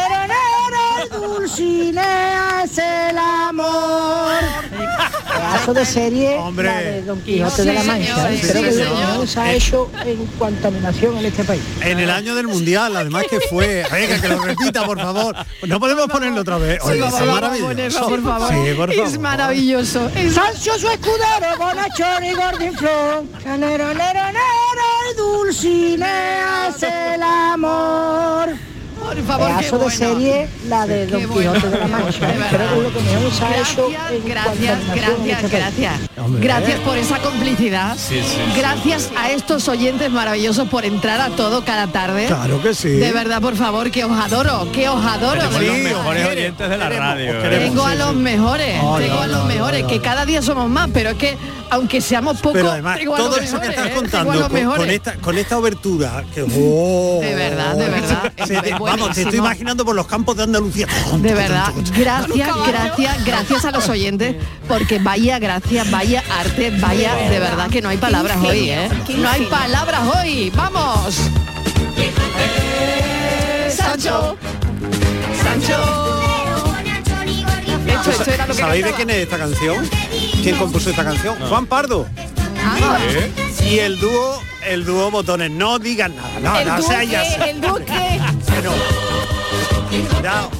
Dulcinea es el amor. Pedazo de serie, hombre, la de Don Quijote de la Mancha. Creo que no se ha hecho en contaminación en este país. En el año del Mundial, además que fue... Venga, que lo repita, por favor. No podemos ponerlo otra vez. Oye, es maravilloso. Por favor. Sí, por favor. Es maravilloso. Sancho su escudero, bonachón y gordinflón. Nero, y Dulcinea es el amor. Por favor, pedazo de serie, la de Don Quijote de la Mancha. Creo que es lo que mejor se ha hecho en Gracias. Gracias por esa complicidad. Sí. Gracias a estos oyentes maravillosos por entrar a todo cada tarde. Claro que sí. De verdad, por favor, que os adoro. Tenemos los mejores oyentes de la radio. Tengo a los mejores, que cada día somos más, pero es que aunque seamos pocos, pero además, todo eso que estás contando con esta obertura, que de verdad. Vamos, te estoy imaginando por los campos de Andalucía. De verdad, gracias a los oyentes, porque vaya gracia, vaya arte, vaya, de verdad que no hay palabras hoy, ¿eh? No hay palabras hoy, vamos. Sancho. Esto era lo que ¿sabéis de quién es esta canción? ¿Quién compuso esta canción? No. Juan Pardo. Y el dúo Botones. No digan nada. No, sea ya. ¿El dúo qué? Pero, cuidado.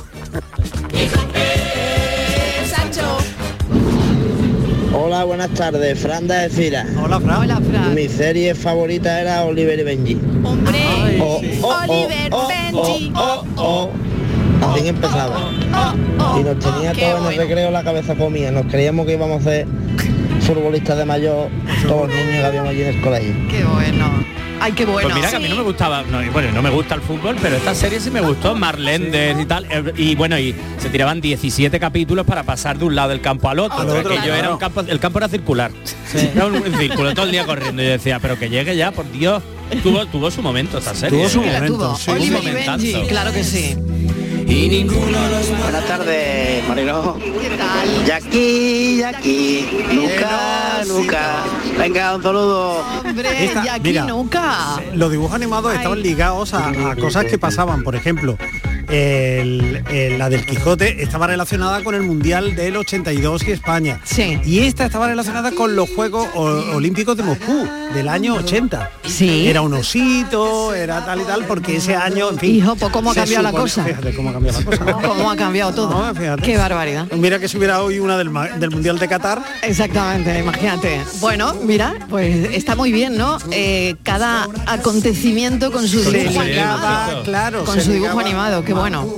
Sancho. Hola, buenas tardes, Fran de Cira. Hola, Fran. Mi serie favorita era Oliver y Benji. Hombre, Oliver, Benji. Así empezaba. Y nos tenía todos en el recreo la cabeza comida. Nos creíamos que íbamos a ser futbolistas de mayor, todos los niños que habíamos allí en el colegio. Qué bueno. Ay, qué bueno. Pues mira que a mí no me gustaba, no me gusta el fútbol, pero esta serie sí me gustó, Marlenders y tal. Y bueno, y se tiraban 17 capítulos para pasar de un lado del campo al otro. Yo era un campo, el campo era circular. Sí. Era un círculo todo el día corriendo. Y yo decía, pero que llegue ya, por Dios. Tuvo su momento esta serie. Tuvo su momento. Sí. Oliver y Benji, claro que sí. Y ninguno de los... Buenas tardes, Mariló. ¿Qué tal? Jackie, nunca. Venga, un saludo. Hombre, Jackie, nunca. Los dibujos animados estaban ligados a cosas que pasaban, por ejemplo. la del Quijote estaba relacionada con el Mundial del 82 y España. Sí. Y esta estaba relacionada con los Juegos Olímpicos de Moscú del año 80. Sí. Era un osito, era tal y tal, porque ese año, en fin... Hijo, pues cómo ha cambiado la cosa. Fíjate cómo ha cambiado la cosa. Cómo ha cambiado todo. No, fíjate. Qué barbaridad. Mira que si hubiera hoy una del Mundial de Qatar. Exactamente, imagínate. Bueno, mira, pues está muy bien, ¿no? Cada acontecimiento con su dibujo animado. Claro, con su dibujo animado, qué bueno.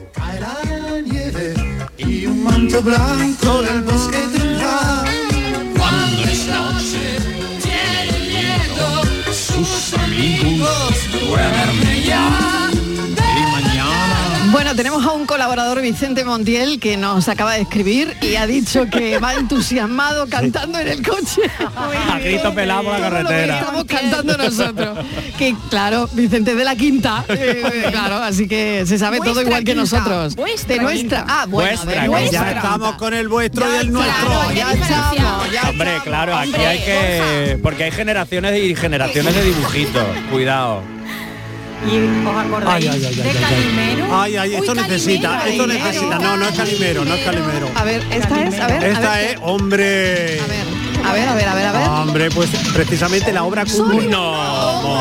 Y un manto blanco del bosque tendrá. Cuando es noche, tiene miedo, sus amigos duermen ya. Y mañana. Bueno, tenemos a un colaborador, Vicente Montiel, que nos acaba de escribir y ha dicho que va entusiasmado cantando en el coche. A grito pelado por la carretera. Estamos cantando nosotros. Que claro, Vicente de la Quinta, claro, así que se sabe todo igual que nosotros. De nuestra. Ah, bueno, Vuestra, de nuestra. Ya estamos con el vuestro y el nuestro. Claro, ya estamos. Hombre, claro, aquí hay que... Porque hay generaciones y generaciones de dibujitos. Cuidado. ¿Y os acordáis de Calimero? Ay, esto necesita. No, no es Calimero, no es Calimero. A ver, esta es, a ver. Esta es, hombre. A ver. Hombre, pues precisamente la obra cumbre. No.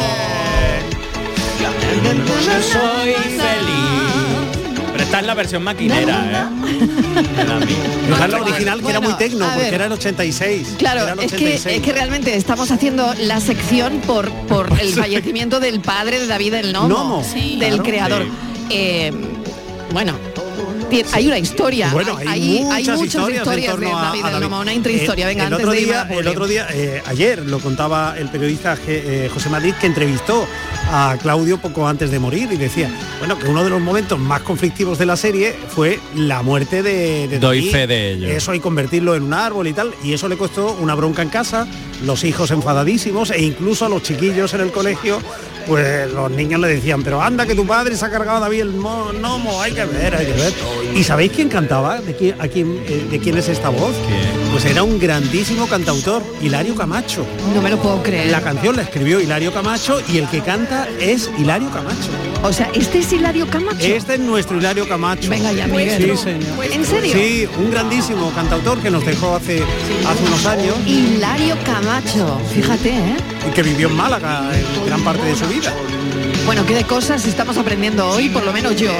Soy feliz. Pero esta es la versión maquinera, Esta es la original, que era muy tecno, porque era el 86. Claro, es que realmente estamos haciendo la sección por el fallecimiento del padre de David el Nomo, del creador. Sí. Bueno, hay una historia. Bueno, hay muchas historias de David el Nomo, una intrahistoria. Venga, el otro día, ayer lo contaba el periodista José Madrid, que entrevistó a Claudio poco antes de morir y decía, bueno, que uno de los momentos más conflictivos de la serie fue la muerte de Doy David. fe de ello. Eso, y convertirlo en un árbol y tal, y eso le costó una bronca en casa, los hijos enfadadísimos, e incluso a los chiquillos en el colegio, pues los niños le decían, pero anda que tu padre se ha cargado a David el Nomo, hay que ver. ¿Y sabéis quién cantaba? ¿De quién es esta voz? Pues era un grandísimo cantautor, Hilario Camacho. No me lo puedo creer. La canción la escribió Hilario Camacho y el que canta es Hilario Camacho. O sea, ¿este es Hilario Camacho? Este es nuestro Hilario Camacho. Venga ya, Miguel. Sí, señor. ¿En serio? Sí, un grandísimo cantautor que nos dejó hace unos años. Hilario Camacho, fíjate, Y que vivió en Málaga en gran parte de su vida. Bueno, qué de cosas estamos aprendiendo hoy, por lo menos yo,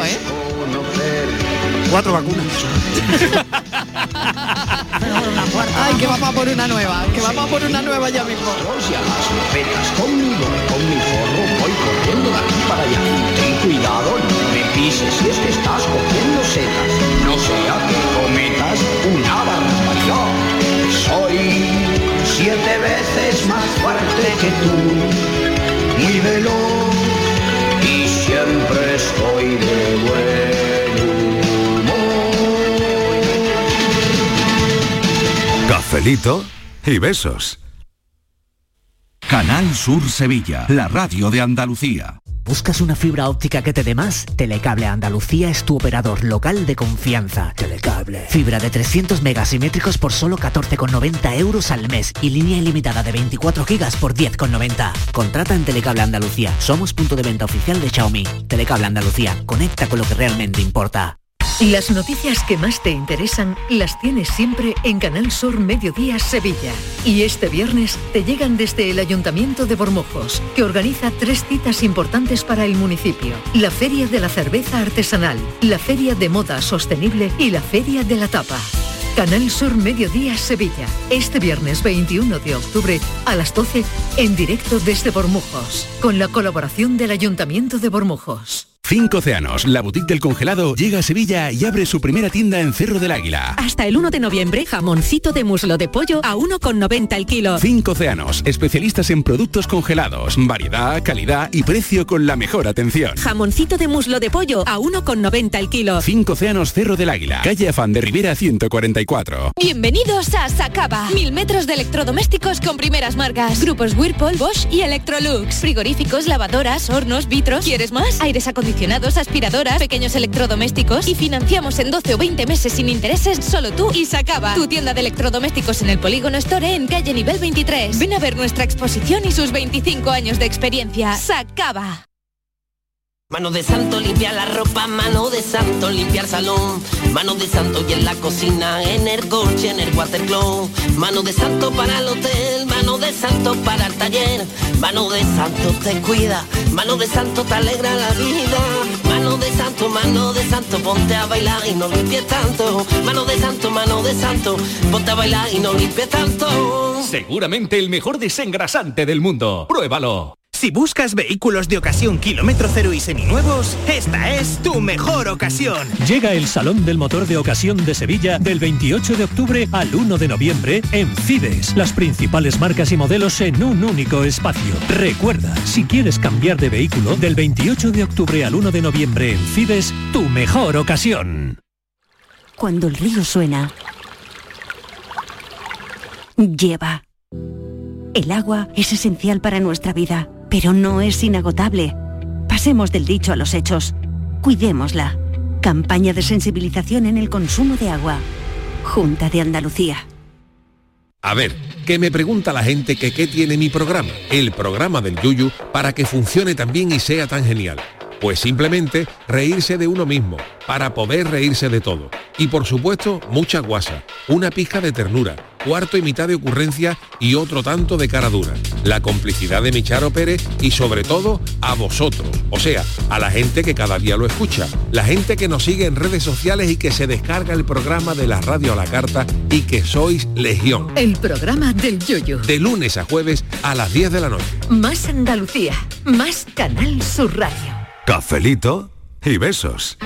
4 vacunas. Ay, que vamos a por una nueva, ya mismo. Y a las macetas conmigo, con mi forro voy corriendo de aquí para allá. Ten cuidado, no me pises si es que estás cogiendo setas. No sea que cometas una barbaridad. Soy 7 veces más fuerte que tú, muy veloz y siempre estoy de buen humor. Cafelito y besos. Canal Sur Sevilla, la radio de Andalucía. ¿Buscas una fibra óptica que te dé más? Telecable Andalucía es tu operador local de confianza. Telecable. Fibra de 300 megasimétricos por solo 14,90 euros al mes y línea ilimitada de 24 gigas por 10,90. Contrata en Telecable Andalucía. Somos punto de venta oficial de Xiaomi. Telecable Andalucía. Conecta con lo que realmente importa. Las noticias que más te interesan las tienes siempre en Canal Sur Mediodía Sevilla. Y este viernes te llegan desde el Ayuntamiento de Bormujos, que organiza 3 citas importantes para el municipio. La Feria de la Cerveza Artesanal, la Feria de Moda Sostenible y la Feria de la Tapa. Canal Sur Mediodía Sevilla, este viernes 21 de octubre a las 12, en directo desde Bormujos, con la colaboración del Ayuntamiento de Bormujos. 5 Océanos, la boutique del congelado, llega a Sevilla y abre su primera tienda en Cerro del Águila. Hasta el 1 de noviembre, jamoncito de muslo de pollo a 1,90 el kilo. 5 Océanos, especialistas en productos congelados, variedad, calidad y precio con la mejor atención. Jamoncito de muslo de pollo a 1,90 el kilo. 5 Océanos, Cerro del Águila, calle Afán de Rivera 144. Bienvenidos a Sacaba. 1000 metros de electrodomésticos con primeras marcas. Grupos Whirlpool, Bosch y Electrolux. Frigoríficos, lavadoras, hornos, vitros. ¿Quieres más? Aires acondicionados, aspiradoras, pequeños electrodomésticos, y financiamos en 12 o 20 meses sin intereses, solo tú y Sacaba. Tu tienda de electrodomésticos en el Polígono Store, en calle Nivel 23. Ven a ver nuestra exposición y sus 25 años de experiencia. Sacaba. Mano de santo limpiar la ropa, mano de santo limpiar salón, mano de santo y en la cocina, en el coche, en el watercloak, mano de santo para el hotel, mano de santo para el taller, mano de santo te cuida, mano de santo te alegra la vida, mano de santo, ponte a bailar y no limpies tanto, mano de santo, ponte a bailar y no limpies tanto. Seguramente el mejor desengrasante del mundo. Pruébalo. Si buscas vehículos de ocasión kilómetro cero y seminuevos, esta es tu mejor ocasión. Llega el Salón del Motor de Ocasión de Sevilla del 28 de octubre al 1 de noviembre en Fides. Las principales marcas y modelos en un único espacio. Recuerda, si quieres cambiar de vehículo, del 28 de octubre al 1 de noviembre en Fides, tu mejor ocasión. Cuando el río suena, lleva. El agua es esencial para nuestra vida, pero no es inagotable. Pasemos del dicho a los hechos. Cuidémosla. Campaña de sensibilización en el consumo de agua. Junta de Andalucía. A ver, que me pregunta la gente que qué tiene mi programa, el programa del Yuyu, para que funcione tan bien y sea tan genial. Pues simplemente reírse de uno mismo, para poder reírse de todo. Y por supuesto, mucha guasa, una pizca de ternura, cuarto y mitad de ocurrencia y otro tanto de cara dura. La complicidad de mi Charo Pérez y sobre todo a vosotros, o sea, a la gente que cada día lo escucha, la gente que nos sigue en redes sociales y que se descarga el programa de la radio a la carta y que sois legión. El programa del Yoyo. De lunes a jueves a las 10 de la noche. Más Andalucía, más Canal Sur Radio. Cafelito y besos.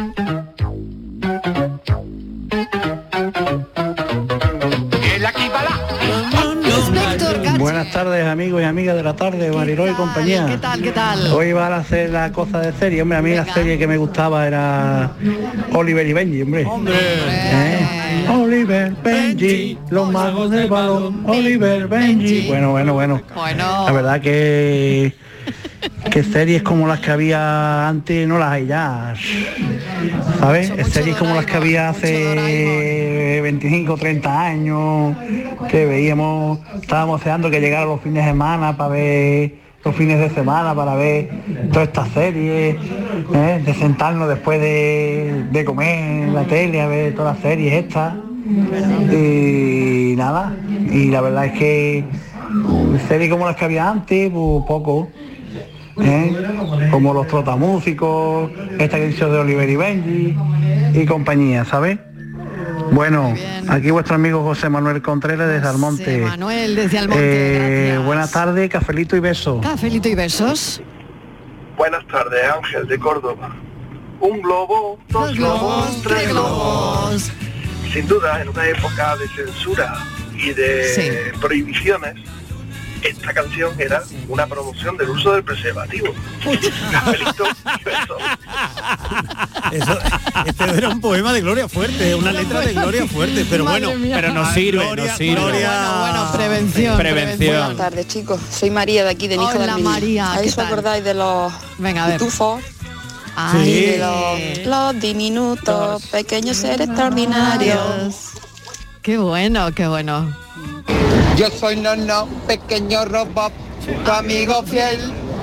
Buenas tardes, amigos y amigas de la tarde, Mariló y compañía. ¿Qué tal, qué tal? Hoy van a hacer la cosa de serie, hombre, a mí la serie que me gustaba era Oliver y Benji, hombre. Oliver, Benji, los magos del balón, Oliver, Benji. Bueno. La verdad que series como las que había antes no las hay ya, ¿sabes? Series como las que había hace 25 o 30 años, que veíamos, estábamos deseando que llegara los fines de semana para ver los fines de semana, para ver todas estas series, de sentarnos después de comer en la tele a ver todas las series estas, y nada, y la verdad es que series como las que había antes, pues poco. Como los trotamúsicos, esta que he dicho de Oliver y Benji y compañía, ¿sabes? Bueno, aquí vuestro amigo José Manuel Contreras desde Almonte. José Manuel desde Almonte, buenas tardes, cafelito y besos. Cafelito y besos. Buenas tardes, Ángel de Córdoba. Un globo, dos globos, tres globos. Sin duda, en una época de censura y de prohibiciones, esta canción era una promoción del uso del preservativo. Cafelito y besos. Este era un poema de Gloria Fuerte, una letra de Gloria Fuerte, pero bueno, pero nos sirve, Bueno, prevención. Buenas tardes, chicos. Soy María de aquí de Nico de María. ¿A eso acordáis de los pitufos? Y de los diminutos, pequeños seres extraordinarios. Qué bueno. Yo soy Nono, pequeño robot, tu amigo fiel,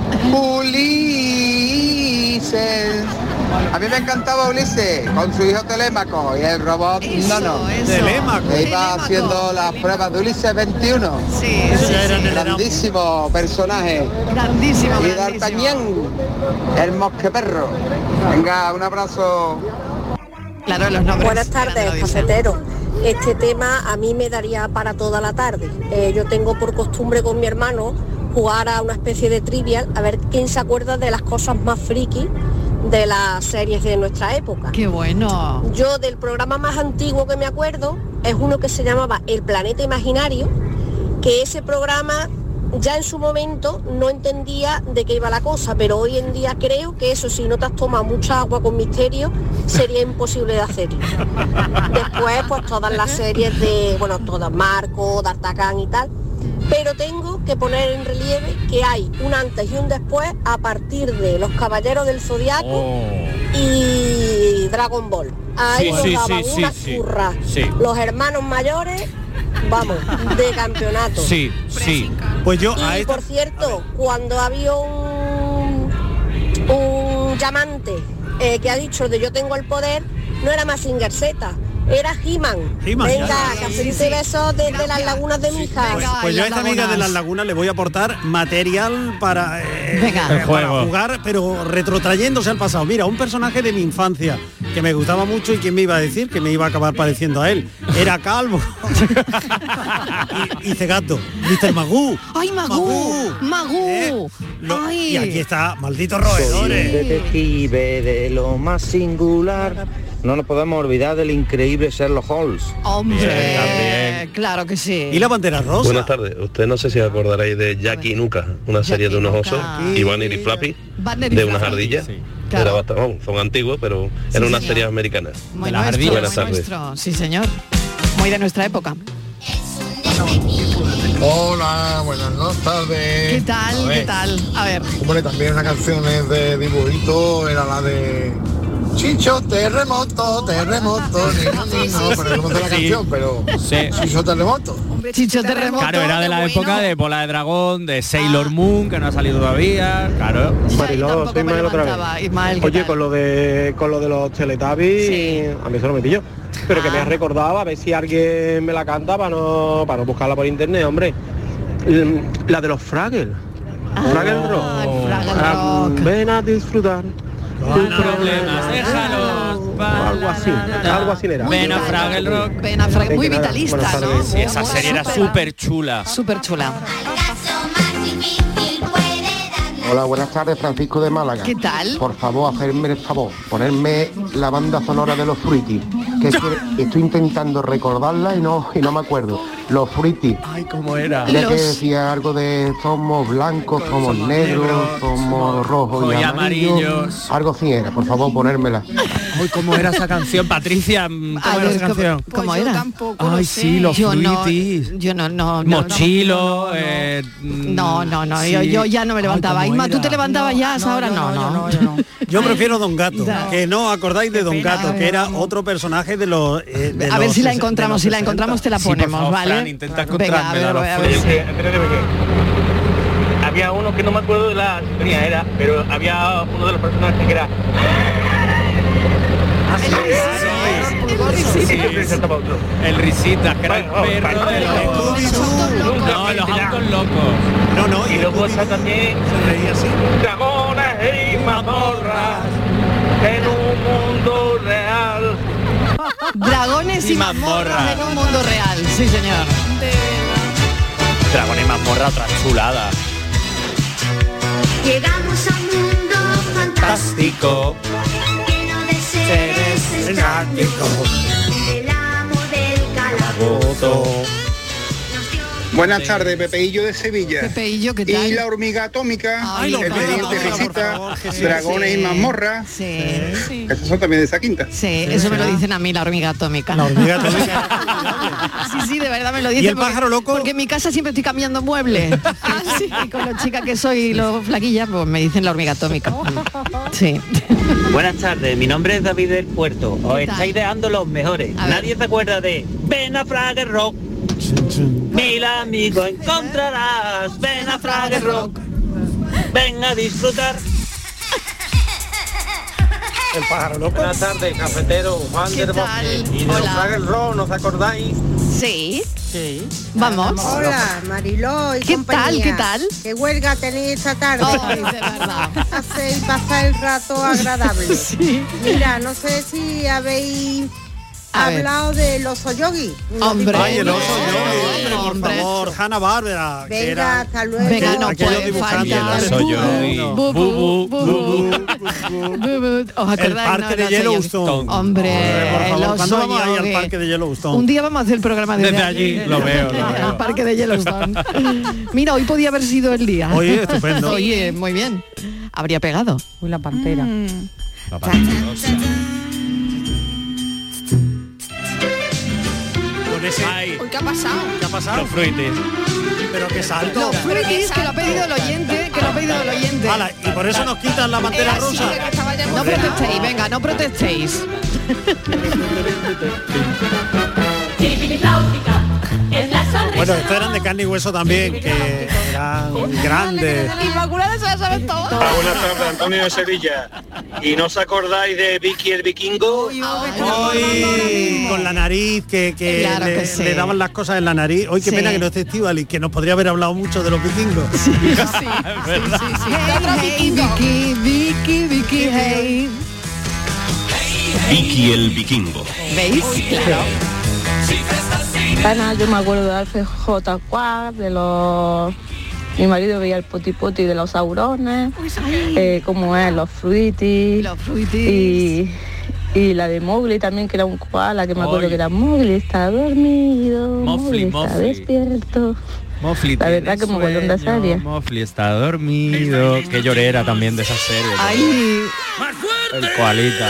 Ulises. A mí me encantaba Ulises, con su hijo Telémaco y el robot Nono. Telémaco. Que iba haciendo las pruebas de Ulises 21. Sí. Grandísimo personaje. Grandísimo. Y D'Artagnan, el mosqueperro. Venga, un abrazo. Claro, los nombres. Buenas tardes, cafetero. Este tema a mí me daría para toda la tarde. Yo tengo por costumbre con mi hermano jugar a una especie de trivial, a ver quién se acuerda de las cosas más friki de las series de nuestra época. ¡Qué bueno! Yo del programa más antiguo que me acuerdo es uno que se llamaba El Planeta Imaginario, que ese programa ya en su momento no entendía de qué iba la cosa, pero hoy en día creo que eso, si no te has tomado mucha agua con misterio, sería imposible de hacerlo. Después, pues todas las series de, bueno, todas, Marco, D'Artagnan y tal, pero tengo que poner en relieve que hay un antes y un después a partir de Los Caballeros del Zodiaco y Dragon Ball. Ahí nos daban una churra. Los hermanos mayores, vamos, de campeonato. Sí. Pues yo y por cierto, cuando había un llamante que ha dicho de yo tengo el poder, no era Mazinger Z, era He-Man. Venga, cafelito y besos desde las lagunas de mi hija. Pues yo a esta amiga de las lagunas le voy a aportar material para jugar, pero retrotrayéndose al pasado. Mira, un personaje de mi infancia que me gustaba mucho y quién me iba a decir que me iba a acabar pareciendo a él. Era calvo y cegato. Mr. Magoo. ¡Ay, Magoo! Y aquí está, malditos roedores. Soy un detective de lo más singular. No nos podemos olvidar del increíble Sherlock Holmes. Hombre, claro que sí. ¿Y la Pantera Rosa? Buenas tardes. Usted no sé si acordaréis de Jackie y Nuka, una serie de unos osos, y Banner y Flappy, de unas ardillas. Sí. Claro. Era bastante, son antiguos, pero eran unas series americanas. Muy de las ardillas. Buenas tardes. Sí, señor. Muy de nuestra época. Hola, buenas tardes. ¿Qué tal? ¿Qué tal? A ver. Hombre, también las canciones de dibujito era la de Chicho terremoto, pero no sé la canción, pero Chicho terremoto. Chicho terremoto. Claro, era de la época de Bola de Dragón, de Sailor Moon, que no ha salido todavía, claro. Mariló, soy Ismael otra vez. Oye, con lo de los Teletubbies, a mí eso no me pilló. Pero que me ha recordado, a ver si alguien me la canta para no buscarla por internet, hombre. La de los Fraggle. Fraggle Rock. Ven a disfrutar. Tus problemas, déjalos. Algo así era. Ven a Fraggle Rock. Muy vitalista, ¿no? Sí, esa serie era súper chula. Súper chula. Hola, buenas tardes, Francisco de Málaga. ¿Qué tal? Por favor, hacerme el favor, ponerme la banda sonora de los Fruity, que estoy intentando recordarla y no me acuerdo. Los Fruity. Ay, ¿cómo era? Ya que decía algo de somos blancos, somos negros, somos rojos y amarillos. Algo así era, por favor, ponérmela. Ay, ¿cómo era esa canción, Patricia? ¿Cómo era esa canción? ¿Cómo era? Ay, sí, los Fruity. Yo no. Mochilo. No. Yo ya no me levantaba. Isma, ¿tú te levantabas ya ahora? No. Yo prefiero Don Gato, que no acordáis de Don Gato, que era otro personaje de los... a ver si la encontramos, te la ponemos, favor, ¿vale? Fran, intenta encontrármela. A ver. Había uno que no me acuerdo de la sintonía pero había uno de los personajes que era... El risita, que era el perro de los autos locos. No, y luego está también se reía así. Dragones y mazmorras en un mundo real. Dragones y mazmorras en un mundo real, sí señor. Dragones y mazmorra, otra chulada. Llegamos a un mundo fantástico, lleno de seres exóticos. El amo del calabozo. Buenas tardes, Pepeillo de Sevilla. Pepeillo, ¿qué tal? Y la hormiga atómica, el expediente Risita, Dragones y mazmorras. Sí. Esos son también de esa quinta. Sí, eso me lo dicen a mí, la hormiga atómica. La hormiga atómica. Sí, de verdad me lo dicen. ¿Y el pájaro loco? Porque en mi casa siempre estoy cambiando muebles. Sí, y con lo chica que soy y lo flaquilla, pues me dicen la hormiga atómica. Sí. Buenas tardes, mi nombre es David del Puerto. Os estáis dejando los mejores. Nadie se acuerda de Ven a Fraggle Rock. Mil amigos encontrarás. Ven a Fraggle Rock. Ven a disfrutar. El pájaro loco. Buenas tardes, cafetero, Juan del Bosque. Y de los Fraggle Rock, ¿no os acordáis? Sí. Vamos. Hola, Mariló y ¿Qué compañía. ¿Qué tal? ¿Qué huelga tenéis esta tarde? Ay, de verdad. Hacéis pasar el rato agradable. Sí. Mira, no sé si habéis hablado de los Oyogi. Hombre. Ay, el oso Yogi, hombre, por favor. Hanna-Barbera. Venga, hasta luego. Venga, no puede faltar. ¿Os acordáis? El parque de Yellowstone. Hombre, por favor, el ¿cuándo oso vamos a ir Yogi? al parque de Yellowstone? Un día vamos a hacer el programa desde allí. Lo veo. Al parque de Yellowstone. Mira, hoy podía haber sido el día. Oye, estupendo. Oye, muy bien. Habría pegado. Uy, la pantera. La pantera. Uy, ¿qué ha pasado? ¿Qué ha pasado? Los Fruities. Pero qué salto. Los Fruities, que lo ha pedido el oyente, Hala, y por eso nos quitan la pantera rosa. No protestéis, venga, no protestéis. Bueno, estos eran de carne y hueso también, que eran grandes. Inmaculada se la sabe todo. Buenas tardes, Antonio de Sevilla. ¿Y no os acordáis de Vicky el Vikingo? Hoy con la nariz, que Claro le, que sí. le daban las cosas en la nariz. Hoy qué Sí. pena que no esté Estíbaliz, que nos podría haber hablado mucho de los vikingos. Vicky, hey. Vicky el Vikingo. ¿Veis? Claro. Ana, yo me acuerdo de Alfred J. Quad, de los... Mi marido veía el Poti Poti de los saurones, como es, los Fruitis. Y la de Mowgli también, que era un koala, que me acuerdo que era Mowgli, está dormido, Mowgli está despierto. Mofli, La verdad que mogollón de serie. Mofli está dormido. Que llorera también de esa serie. Ay. El koalita.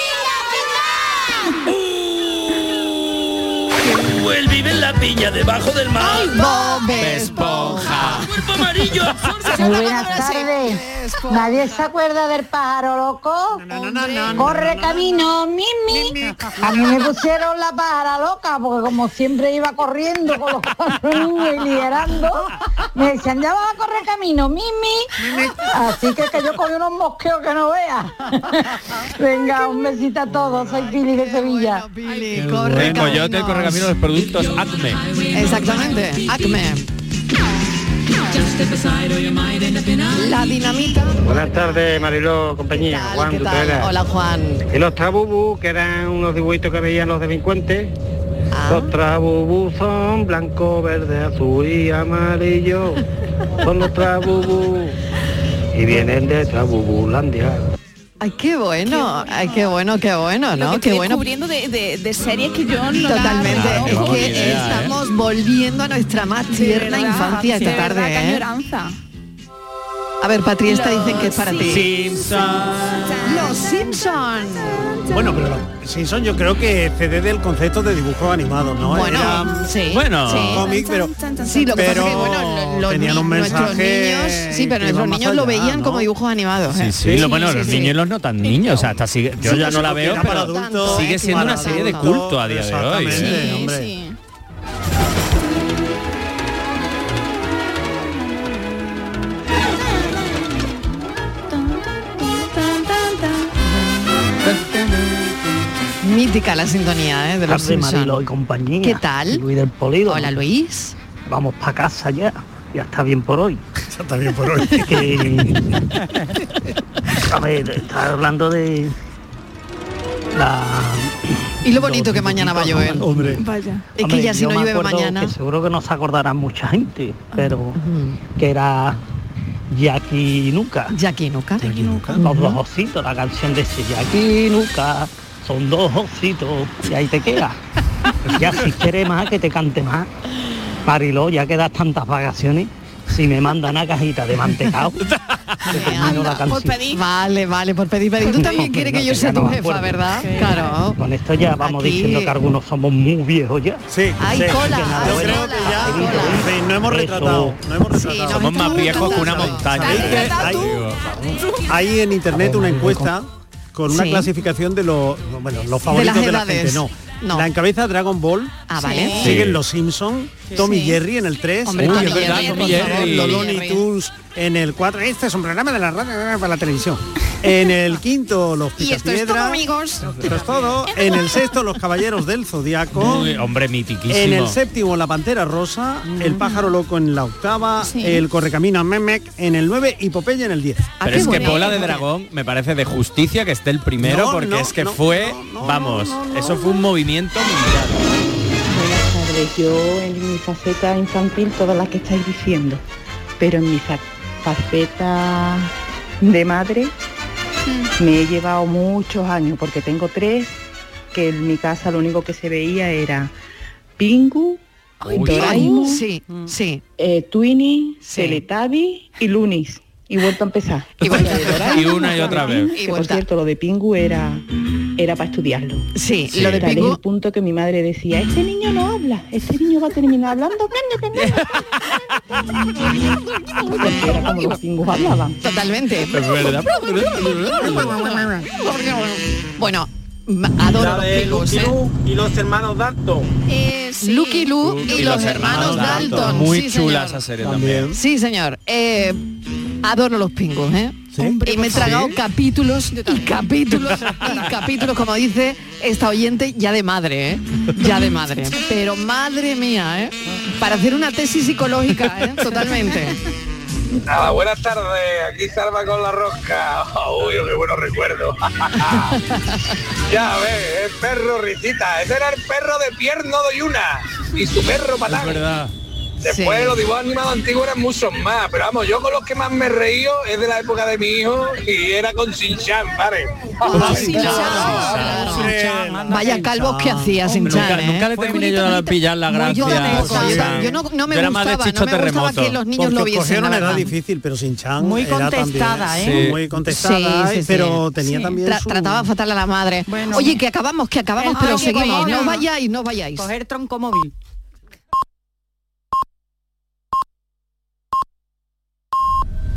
Él vive en la piña debajo del mar. Bob Esponja. Cuerpo amarillo. Muy buenas tardes. ¿Nadie se acuerda del pájaro loco? Corre camino, Mimi. A mí me pusieron la pájara loca porque como siempre iba corriendo con los cuatro niños y liderando, me decían, ya vas a correr camino, Mimi. Así que yo cogí unos mosqueos que no veas. Venga, un besito a todos. Soy Pili de Sevilla. Pili, El Coyote, el correcamino de los productos Acme. Exactamente, Acme. La dinamita. Buenas tardes, Mariló, compañía. Juan ¿Qué tal? Dutrera. Hola, Juan. Y los Trabubu, que eran unos dibujitos que veían los delincuentes. Los Trabubu son blanco, verde, azul y amarillo. Son los Trabubu. Y vienen de Trabubulandia. Ay, qué bueno, ay, qué bueno, ¿no? Qué bueno. Descubriendo de series que yo no Totalmente, la- es que estamos volviendo a nuestra más tierna infancia esta tarde, qué ¿eh? añoranza. A ver, Patri, esta dicen que es para ti. Simpsons. Los Simpsons. Bueno, pero los Simpsons yo creo que cede del concepto de dibujos animados, ¿no? Bueno, Era sí. Bueno. Sí. cómic, pero Sí, lo que pero pasa es que, bueno, los tenían un nuestros mensaje niños, sí, pero que iba nuestros más niños lo allá, veían ¿no? como dibujos animados. ¿eh? Sí, lo bueno, los niños y los no tan niños, o sea, hasta sigue, yo Sí, ya no la porque veo, era pero para adultos, sigue siendo para una serie de adultos, culto a día de hoy. exactamente, ¿eh? hombre. Mítica la sintonía, ¿eh? De los Tarde, Marilo y Simpsons. compañía. ¿Qué tal? Luis del Polido. Hola, Luis. Vamos para casa ya. Ya está bien por hoy. Ya está bien por hoy. A ver, está hablando de la... Y lo bonito que mañana va a llover. Hombre. Vaya. Es que Hombre, ya si yo no me llueve acuerdo mañana. que seguro que no se acordará mucha gente, pero que era Jackie Nuka. Jackie Nuka. Los dos ositos, la canción de ese Jackie Nuka. Son dos ositos y ahí te queda. Ya si quieres más, que te cante más. Mariló, ya que das tantas vacaciones, si me mandan una cajita de mantecao, te termino la canción. Vale, por pedir. Tú también quieres que yo sea tu jefa, ¿verdad? Claro. Con esto ya vamos Aquí- diciendo que algunos somos muy viejos ya. Sí, Hay sí. cola, Yo hay creo cola, que ya hay cola. sí, no hemos retratado. No hemos retratado. Somos más viejos que una montaña. Hay en internet una encuesta con una Sí. clasificación de los favoritos las de la edades. gente. No. La encabeza Dragon Ball. Ah, vale. Siguen los Simpsons, Tom y Sí. Jerry en el 3. Hombre, Tom y Jerry, Tom y por Jerry, favor, los Tom y Looney Jerry. Tunes en el 4. Este es un programa de la radio para la televisión. En el 5, los Y esto es todo, Picapiedra. amigos. Esto es todo. En el 6, los Caballeros del Zodiaco. Hombre, mitiquísimo. En el 7, la Pantera Rosa, el Pájaro Loco en la 8, el Correcamino Memec en el 9 y Popeye en el 10. Pero es que Bola de Dragón me parece de justicia que esté el primero, No, porque no, es que no, fue, vamos, eso fue un movimiento mundial. Buenas tardes, yo en mi faceta infantil todas las que estáis diciendo, pero en mi faceta de madre me he llevado muchos años porque tengo 3, que en mi casa lo único que se veía era Pingu, Doraemon, Sí, sí. Twinnie, Teletubbies y Lunis. Y vuelto a empezar. Y una y otra vez. Que, por cierto, lo de Pingu era para estudiarlo. Sí, lo de Pingu. El punto que mi madre decía, este niño no habla, este niño va a terminar hablando. Porque era como los Pingus hablaban. Totalmente. Es verdad. Bueno, adoro La los de Pingles. Lucky Luke y los hermanos Dalton. Sí. Lucky Luke y los hermanos Dalton. Muy Sí, chula señor. esa serie también. Sí, señor. Adoro los Pingles, ¿eh? Y me he tragado capítulos y capítulos y capítulos, como dice esta oyente, ya de madre, ¿eh? Ya de madre. Pero madre mía, ¿eh? Para hacer una tesis psicológica, ¿eh? Totalmente. Nada, buenas tardes, aquí Salva con la rosca. Uy, qué buenos recuerdos. Ya ves, el perro Risita, ese era el perro de Pierno de Yuna y su perro Patán. Es verdad. Después los dibujos animados antiguos eran muchos más, pero vamos, yo con los que más me he reído es de la época de mi hijo y era con Shin-Chan, ¿vale? Vaya calvos que hacía Shin-Chan, Nunca le terminé yo de pillar la gracia. Yo no me Era más de gustaba, Chicho no me gustaba Terremoto. que los niños lo viesen. Cogieron la edad verdad. difícil, pero Shin-Chan Muy era contestada, también, ¿eh? Muy contestada, Sí, sí, pero sí. tenía también su... Trataba fatal a la madre. Oye, que acabamos, pero seguimos. No vayáis. Coger tronco móvil.